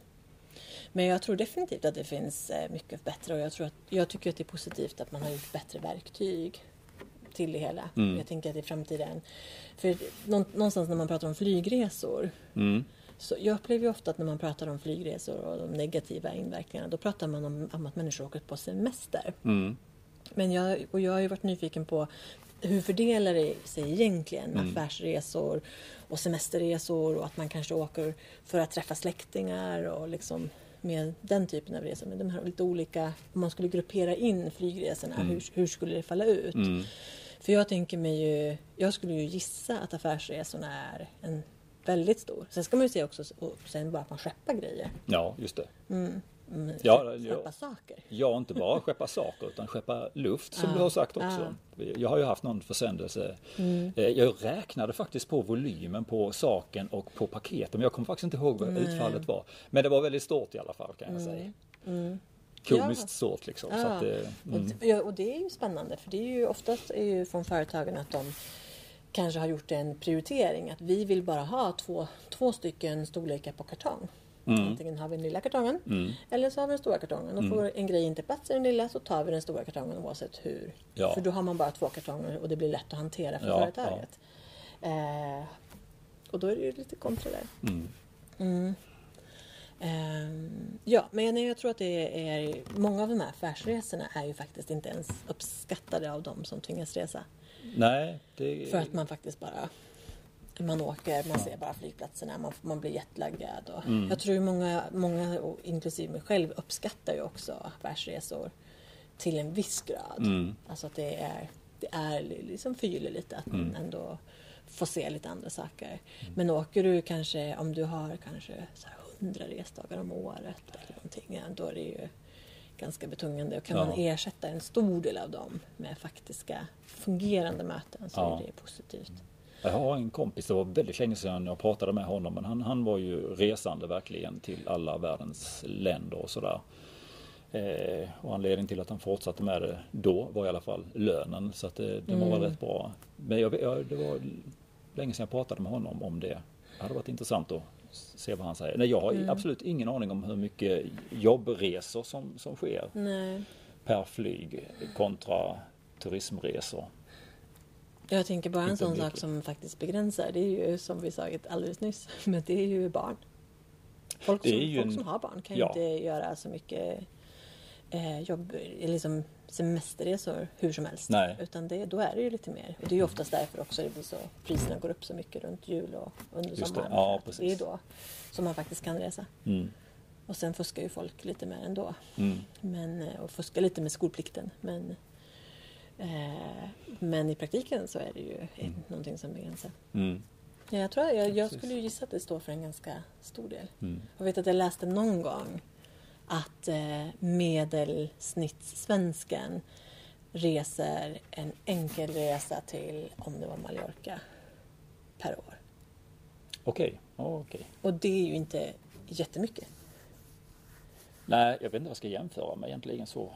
Men jag tror definitivt att det finns eh, mycket bättre och jag, tror att, jag tycker att det är positivt att man har gjort bättre verktyg till det hela. Mm. Jag tänker att i framtiden, för någonstans när man pratar om flygresor mm. så jag upplever ju ofta att när man pratar om flygresor och de negativa inverkningarna, då pratar man om, om att människor åker på semester. Mm. Men jag, och jag har ju varit nyfiken på hur fördelar det sig egentligen med mm. affärsresor och semesterresor och att man kanske åker för att träffa släktingar och liksom med den typen av resor, med de här lite olika, om man skulle gruppera in flygresorna, mm. hur, hur skulle det falla ut? Mm. För jag tänker mig ju, jag skulle ju gissa att affärsresorna är en väldigt stor. Sen ska man ju se också, och sen bara att man skeppar grejer. Ja, just det. Mm. Mm, ja, skeppa ja, saker. Ja, inte bara skeppa saker utan skeppa luft som ah, du har sagt också. Ah. Jag har ju haft någon försändelse. Mm. Jag räknade faktiskt på volymen på saken och på paketet. Men jag kommer faktiskt inte ihåg vad mm. utfallet var. Men det var väldigt stort i alla fall kan jag mm. säga. Mm. Komiskt ja. stort liksom. Ja. Så att det, mm. och, det, och det är ju spännande. För det är ju oftast är ju från företagen att de kanske har gjort en prioritering. Att vi vill bara ha två, två stycken storlekar på kartong. Mm. Antingen har vi den lilla kartongen mm. eller så har vi den stora kartongen. Och mm. får en grej inte plats i den lilla så tar vi den stora kartongen oavsett hur. Ja. För då har man bara två kartonger och det blir lätt att hantera för ja, företaget. Ja. Eh, och då är det ju lite kontra där. Mm. Mm. Eh, ja, men jag tror att det är många av de här affärsresorna är ju faktiskt inte ens uppskattade av de som tvingas resa. Nej. Det... För att man faktiskt bara... Man åker, man ser bara flygplatserna, man, man blir jättelaggad. Och mm. Jag tror ju många, många, inklusive mig själv, uppskattar ju också affärsresor till en viss grad. Mm. Alltså att det är, det är liksom förgyller lite att man mm. ändå får se lite andra saker. Mm. Men åker du kanske, om du har kanske så här hundra resdagar om året eller någonting, då är det ju ganska betungande. Och kan ja. man ersätta en stor del av dem med faktiska fungerande möten så ja. är det positivt. Jag har en kompis, det var väldigt länge sedan jag pratade med honom, men han, han var ju resande verkligen till alla världens länder och sådär. Eh, och anledningen till att han fortsatte med det då var i alla fall lönen, så att det, det mm. var rätt bra. Men jag, jag, det var länge sedan jag pratade med honom om det. Det hade varit intressant att se vad han säger. Nej, jag har mm. absolut ingen aning om hur mycket jobbresor som, som sker Nej. per flyg kontra turismresor. Jag tänker bara en sån sak som faktiskt begränsar. Det är ju som vi sa alldeles nyss. Men det är ju barn. Folk som, folk en, som har barn kan ja. inte göra så mycket eh, jobb, liksom semesterresor hur som helst. Nej. Utan det, då är det ju lite mer. Och det är ju oftast därför också det blir så, priserna går upp så mycket runt jul och under Just sommaren. Det. Ja, precis. Det är då som man faktiskt kan resa. Mm. Och sen fuskar ju folk lite mer ändå. Mm. Men, och fuskar lite med skolplikten. Men... Men i praktiken så är det ju mm. någonting som begränsar. Mm. Ja, jag, tror, jag, jag skulle ju gissa att det står för en ganska stor del. Mm. Jag vet att jag läste någon gång att eh, medelsnittssvensken reser en enkel resa till, om det var Mallorca, per år. Okej, okay. oh, okay. Och det är ju inte jättemycket. Nej, jag vet inte vad jag ska jämföra med egentligen så.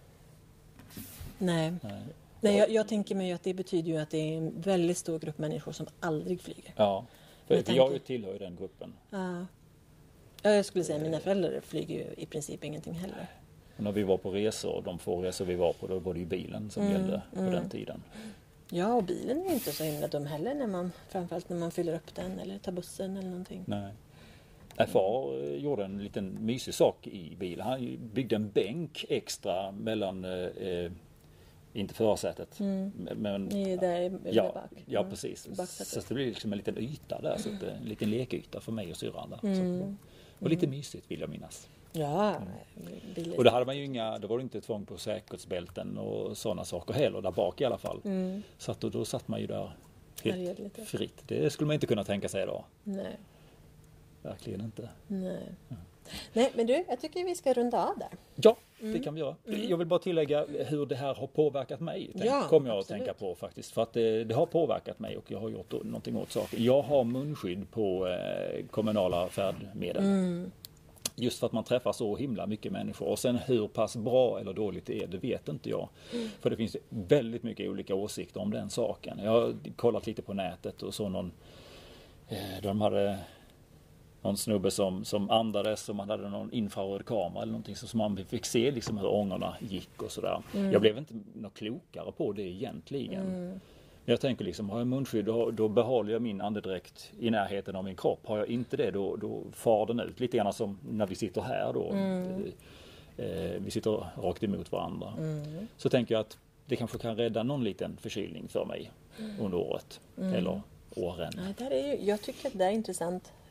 Nej, Nej. Nej jag, jag tänker mig att det betyder ju att det är en väldigt stor grupp människor som aldrig flyger. Ja, för jag, tänker... jag tillhör ju den gruppen. Ja. ja, jag skulle säga att mina föräldrar flyger ju i princip ingenting heller. Och när vi var på resor, de få resor vi var på, då var det ju bilen som mm, gällde på mm. den tiden. Ja, och bilen är ju inte så himla dum heller, när man, framförallt när man fyller upp den eller tar bussen eller någonting. Nej. Far gjorde en liten mysig sak i bilen. Han byggde en bänk extra mellan... Eh, inte förarsätet. Mm. Men, I där, ja, där bak. ja, precis. Så det blir liksom en liten yta där. Så att, en liten lekyta för mig och syrran där. Mm. Så, och lite mysigt vill jag minnas. Ja. Mm. Och då hade man ju inga, då var det inte tvång på säkerhetsbälten och sådana saker heller. Där bak i alla fall. Mm. Så att då, då satt man ju där helt fritt. Det skulle man inte kunna tänka sig idag. Nej. Verkligen inte. Nej. Ja. Nej, men du, jag tycker vi ska runda av där. Ja, det kan vi göra. Mm. Jag vill bara tillägga hur det här har påverkat mig. Tänk, ja, kommer jag absolut. att tänka på faktiskt. För att det, det har påverkat mig och jag har gjort någonting åt saker. Jag har munskydd på eh, kommunala färdmedel. Mm. Just för att man träffar så himla mycket människor. Och sen hur pass bra eller dåligt det är, det vet inte jag. Mm. För det finns väldigt mycket olika åsikter om den saken. Jag har kollat lite på nätet och så någon... Eh, de hade... Någon snubbe som, som andades, som hade någon infraröd kamera eller någonting, så som man fick se liksom hur ångorna gick och sådär. Mm. Jag blev inte något klokare på det egentligen. Mm. Jag tänker liksom, har jag munskydd då, då behåller jag min andedräkt i närheten av min kropp. Har jag inte det då, då far den ut. Lite grann som när vi sitter här då. Mm. Eh, vi sitter rakt emot varandra. Mm. Så tänker jag att det kanske kan rädda någon liten förkylning för mig mm. under året. Mm. Eller åren. Ja, det är ju, jag tycker att det är intressant.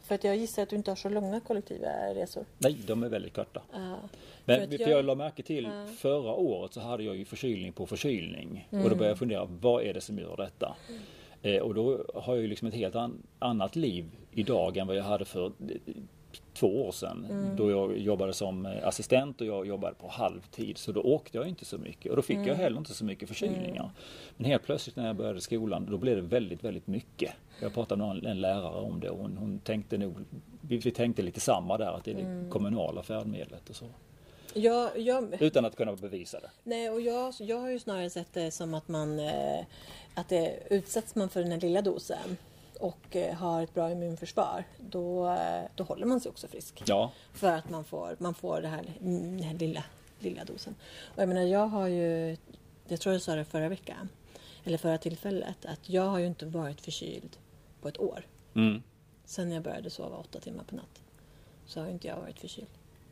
För att jag gissar att du inte har så långa kollektiva resor. Nej, de är väldigt korta. Uh, Men för jag, jag la märke till uh. förra året så hade jag ju förkylning på förkylning. Mm. Och då började jag fundera, vad är det som gör detta? Mm. Eh, och då har jag ju liksom ett helt an, annat liv idag än vad jag hade för två år sedan. Mm. Då jag jobbade som assistent och jag jobbade på halvtid. Så då åkte jag inte så mycket. Och då fick mm. jag heller inte så mycket förkylningar. Mm. Men helt plötsligt när jag började skolan, då blev det väldigt, väldigt mycket. Jag pratade med en lärare om det och hon, hon tänkte nog, vi, vi tänkte lite samma där, att det är det mm. kommunala färdmedlet och så. Ja, jag, Utan att kunna bevisa det. Nej, och jag, jag har ju snarare sett det som att man eh, att det utsätts man för den här lilla dosen och eh, har ett bra immunförsvar, då, eh, då håller man sig också frisk. Ja. För att man får, man får det här, den här lilla, lilla dosen. Och jag menar, jag har ju, jag tror jag sa det förra veckan, eller förra tillfället, att jag har ju inte varit förkyld på ett år. Mm. Sen jag började sova åtta timmar på natt så har inte jag varit förkyld.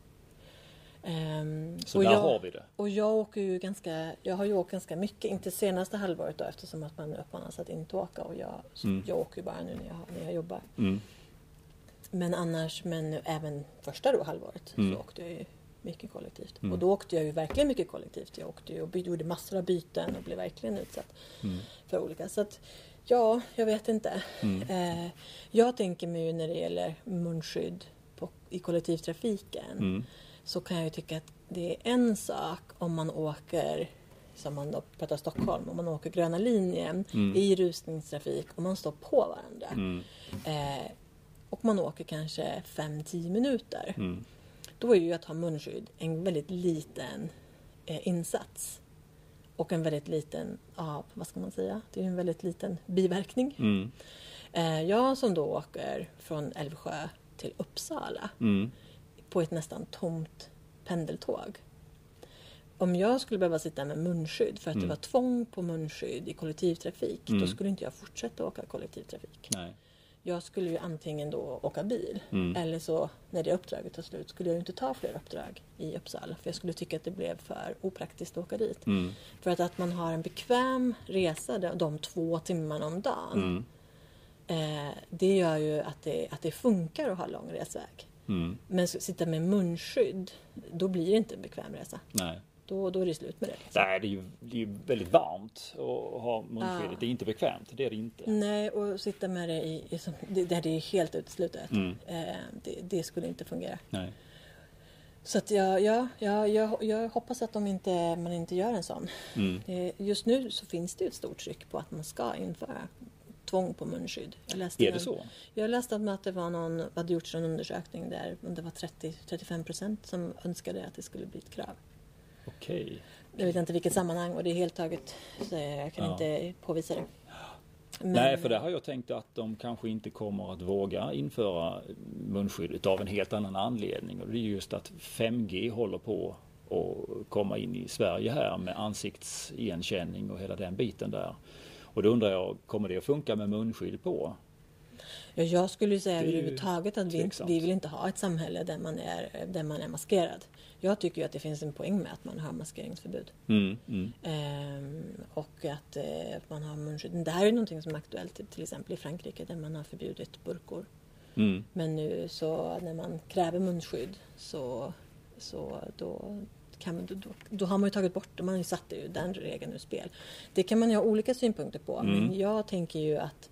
Um, så där jag, har vi det. Och jag åker ju ganska, jag har ju åkt ganska mycket, inte senaste halvåret då, eftersom att man uppmanas att inte åka, och jag, mm. jag åker ju bara nu när jag, när jag jobbar. Mm. Men annars, men även första då halvåret mm. så åkte jag ju mycket kollektivt. Mm. Och då åkte jag ju verkligen mycket kollektivt. Jag åkte ju och gjorde massor av byten och blev verkligen utsatt mm. för olika. Så att, ja, jag vet inte. Mm. Eh, jag tänker mig ju när det gäller munskydd på, i kollektivtrafiken mm. så kan jag ju tycka att det är en sak om man åker, som man då pratar Stockholm, om man åker gröna linjen mm. i rusningstrafik och man står på varandra. Mm. Eh, och man åker kanske fem till tio minuter. Mm. Då är ju att ha munskydd en väldigt liten eh, insats. Och en väldigt liten, ja, vad ska man säga? Det är en väldigt liten biverkning. Mm. Eh, jag som då åker från Älvsjö till Uppsala mm. på ett nästan tomt pendeltåg. Om jag skulle behöva sitta med munskydd för att mm. det var tvång på munskydd i kollektivtrafik, mm. då skulle inte jag fortsätta åka kollektivtrafik. Nej. Jag skulle ju antingen då åka bil mm. eller så när det uppdraget tar slut skulle jag ju inte ta fler uppdrag i Uppsala, för jag skulle tycka att det blev för opraktiskt att åka dit. Mm. För att, att man har en bekväm resa de två timmarna om dagen mm. eh, det gör ju att det, att det funkar att ha lång resväg. Mm. Men sitta med munskydd, då blir det inte en bekväm resa. Nej. Då, då är det slut med det. Liksom. Nej, det är ju, det är ju väldigt varmt att ha munskyddet. Ja. Det är inte bekvämt, det är det inte. Nej, och sitta med det i, i som, det, där det är helt utslutet. Mm. Eh, det, det skulle inte fungera. Nej. Så att jag, ja, jag, jag, jag hoppas att de inte, man inte gör en sån. Mm. Det, just nu så finns det ett stort tryck på att man ska införa tvång på munskydd. Jag läste är det en, så? Jag läste att det var någon, hade gjorts en undersökning där det var trettio till trettiofem procent som önskade att det skulle bli ett krav. Okej. Jag vet inte vilket sammanhang och det är helt taget, så jag kan ja. inte påvisa det. Men... Nej, för det har jag tänkt att de kanske inte kommer att våga införa munskyddet av en helt annan anledning. Och det är just att fem G håller på att komma in i Sverige här med ansiktsigenkänning och hela den biten där. Och då undrar jag, kommer det att funka med munskydd på? Ja, jag skulle ju säga överhuvudtaget att vi, vi vill inte ha ett samhälle där man är, där man är maskerad. Jag tycker ju att det finns en poäng med att man har maskeringsförbud. Mm, mm. Ehm, och att eh, man har munskydd. Det här är någonting som är aktuellt till exempel i Frankrike där man har förbjudit burkor. Mm. Men nu så när man kräver munskydd så, så då, kan, då, då, då har man ju tagit bort, man har ju satt ju den regeln ur spel. Det kan man ju ha olika synpunkter på. Mm. Men jag tänker ju att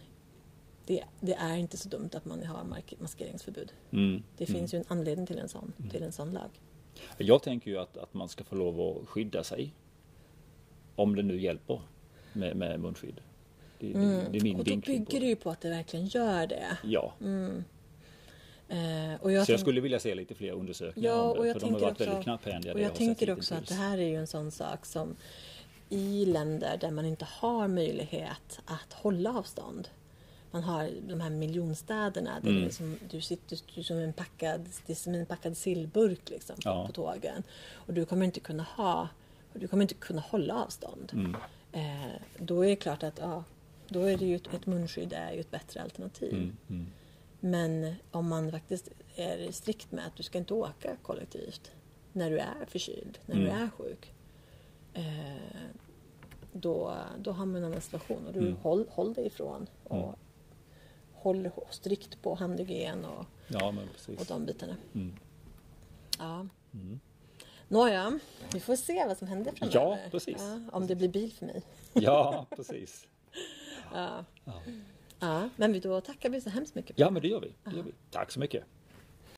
Det, det är inte så dumt att man har maskeringsförbud. Mm. Det finns mm. ju en anledning till en sån, mm. till en sån lag. Jag tänker ju att, att man ska få lov att skydda sig. Om det nu hjälper med, med munskydd. Det, mm. det, det är min och då bygger det ju på att det verkligen gör det. Ja. Mm. Eh, och jag så jag skulle vilja se lite fler undersökningar ja, om det. Och jag för de har varit också, väldigt knapphändiga. Och jag, jag tänker också att det här är ju en sån sak som i länder där man inte har möjlighet att hålla avstånd. Man har de här miljonstäderna där mm. det är som, du sitter du som en packad, det är som en packad sillburk liksom, ja. på tågen. Och du kommer inte kunna ha, du kommer inte kunna hålla avstånd. Mm. Eh, då är det klart att ja, då är det ju ett, ett munskydd är ju ett bättre alternativ. Mm. Mm. Men om man faktiskt är strikt med att du ska inte åka kollektivt när du är förkyld, när mm. du är sjuk. Eh, då, då har man en annan situation och du mm. håll, håll dig ifrån och mm. håller strikt på handhygien och, Ja, men precis. och de bitarna. Mm. Ja. Mm. Nåja, vi får se vad som händer framöver. Ja, precis. Ja, om precis. det blir bil för mig. Ja, precis. Ja. Ja. Ja, men då tackar vi så hemskt mycket. Ja, men det gör vi. Det gör vi. Tack så mycket.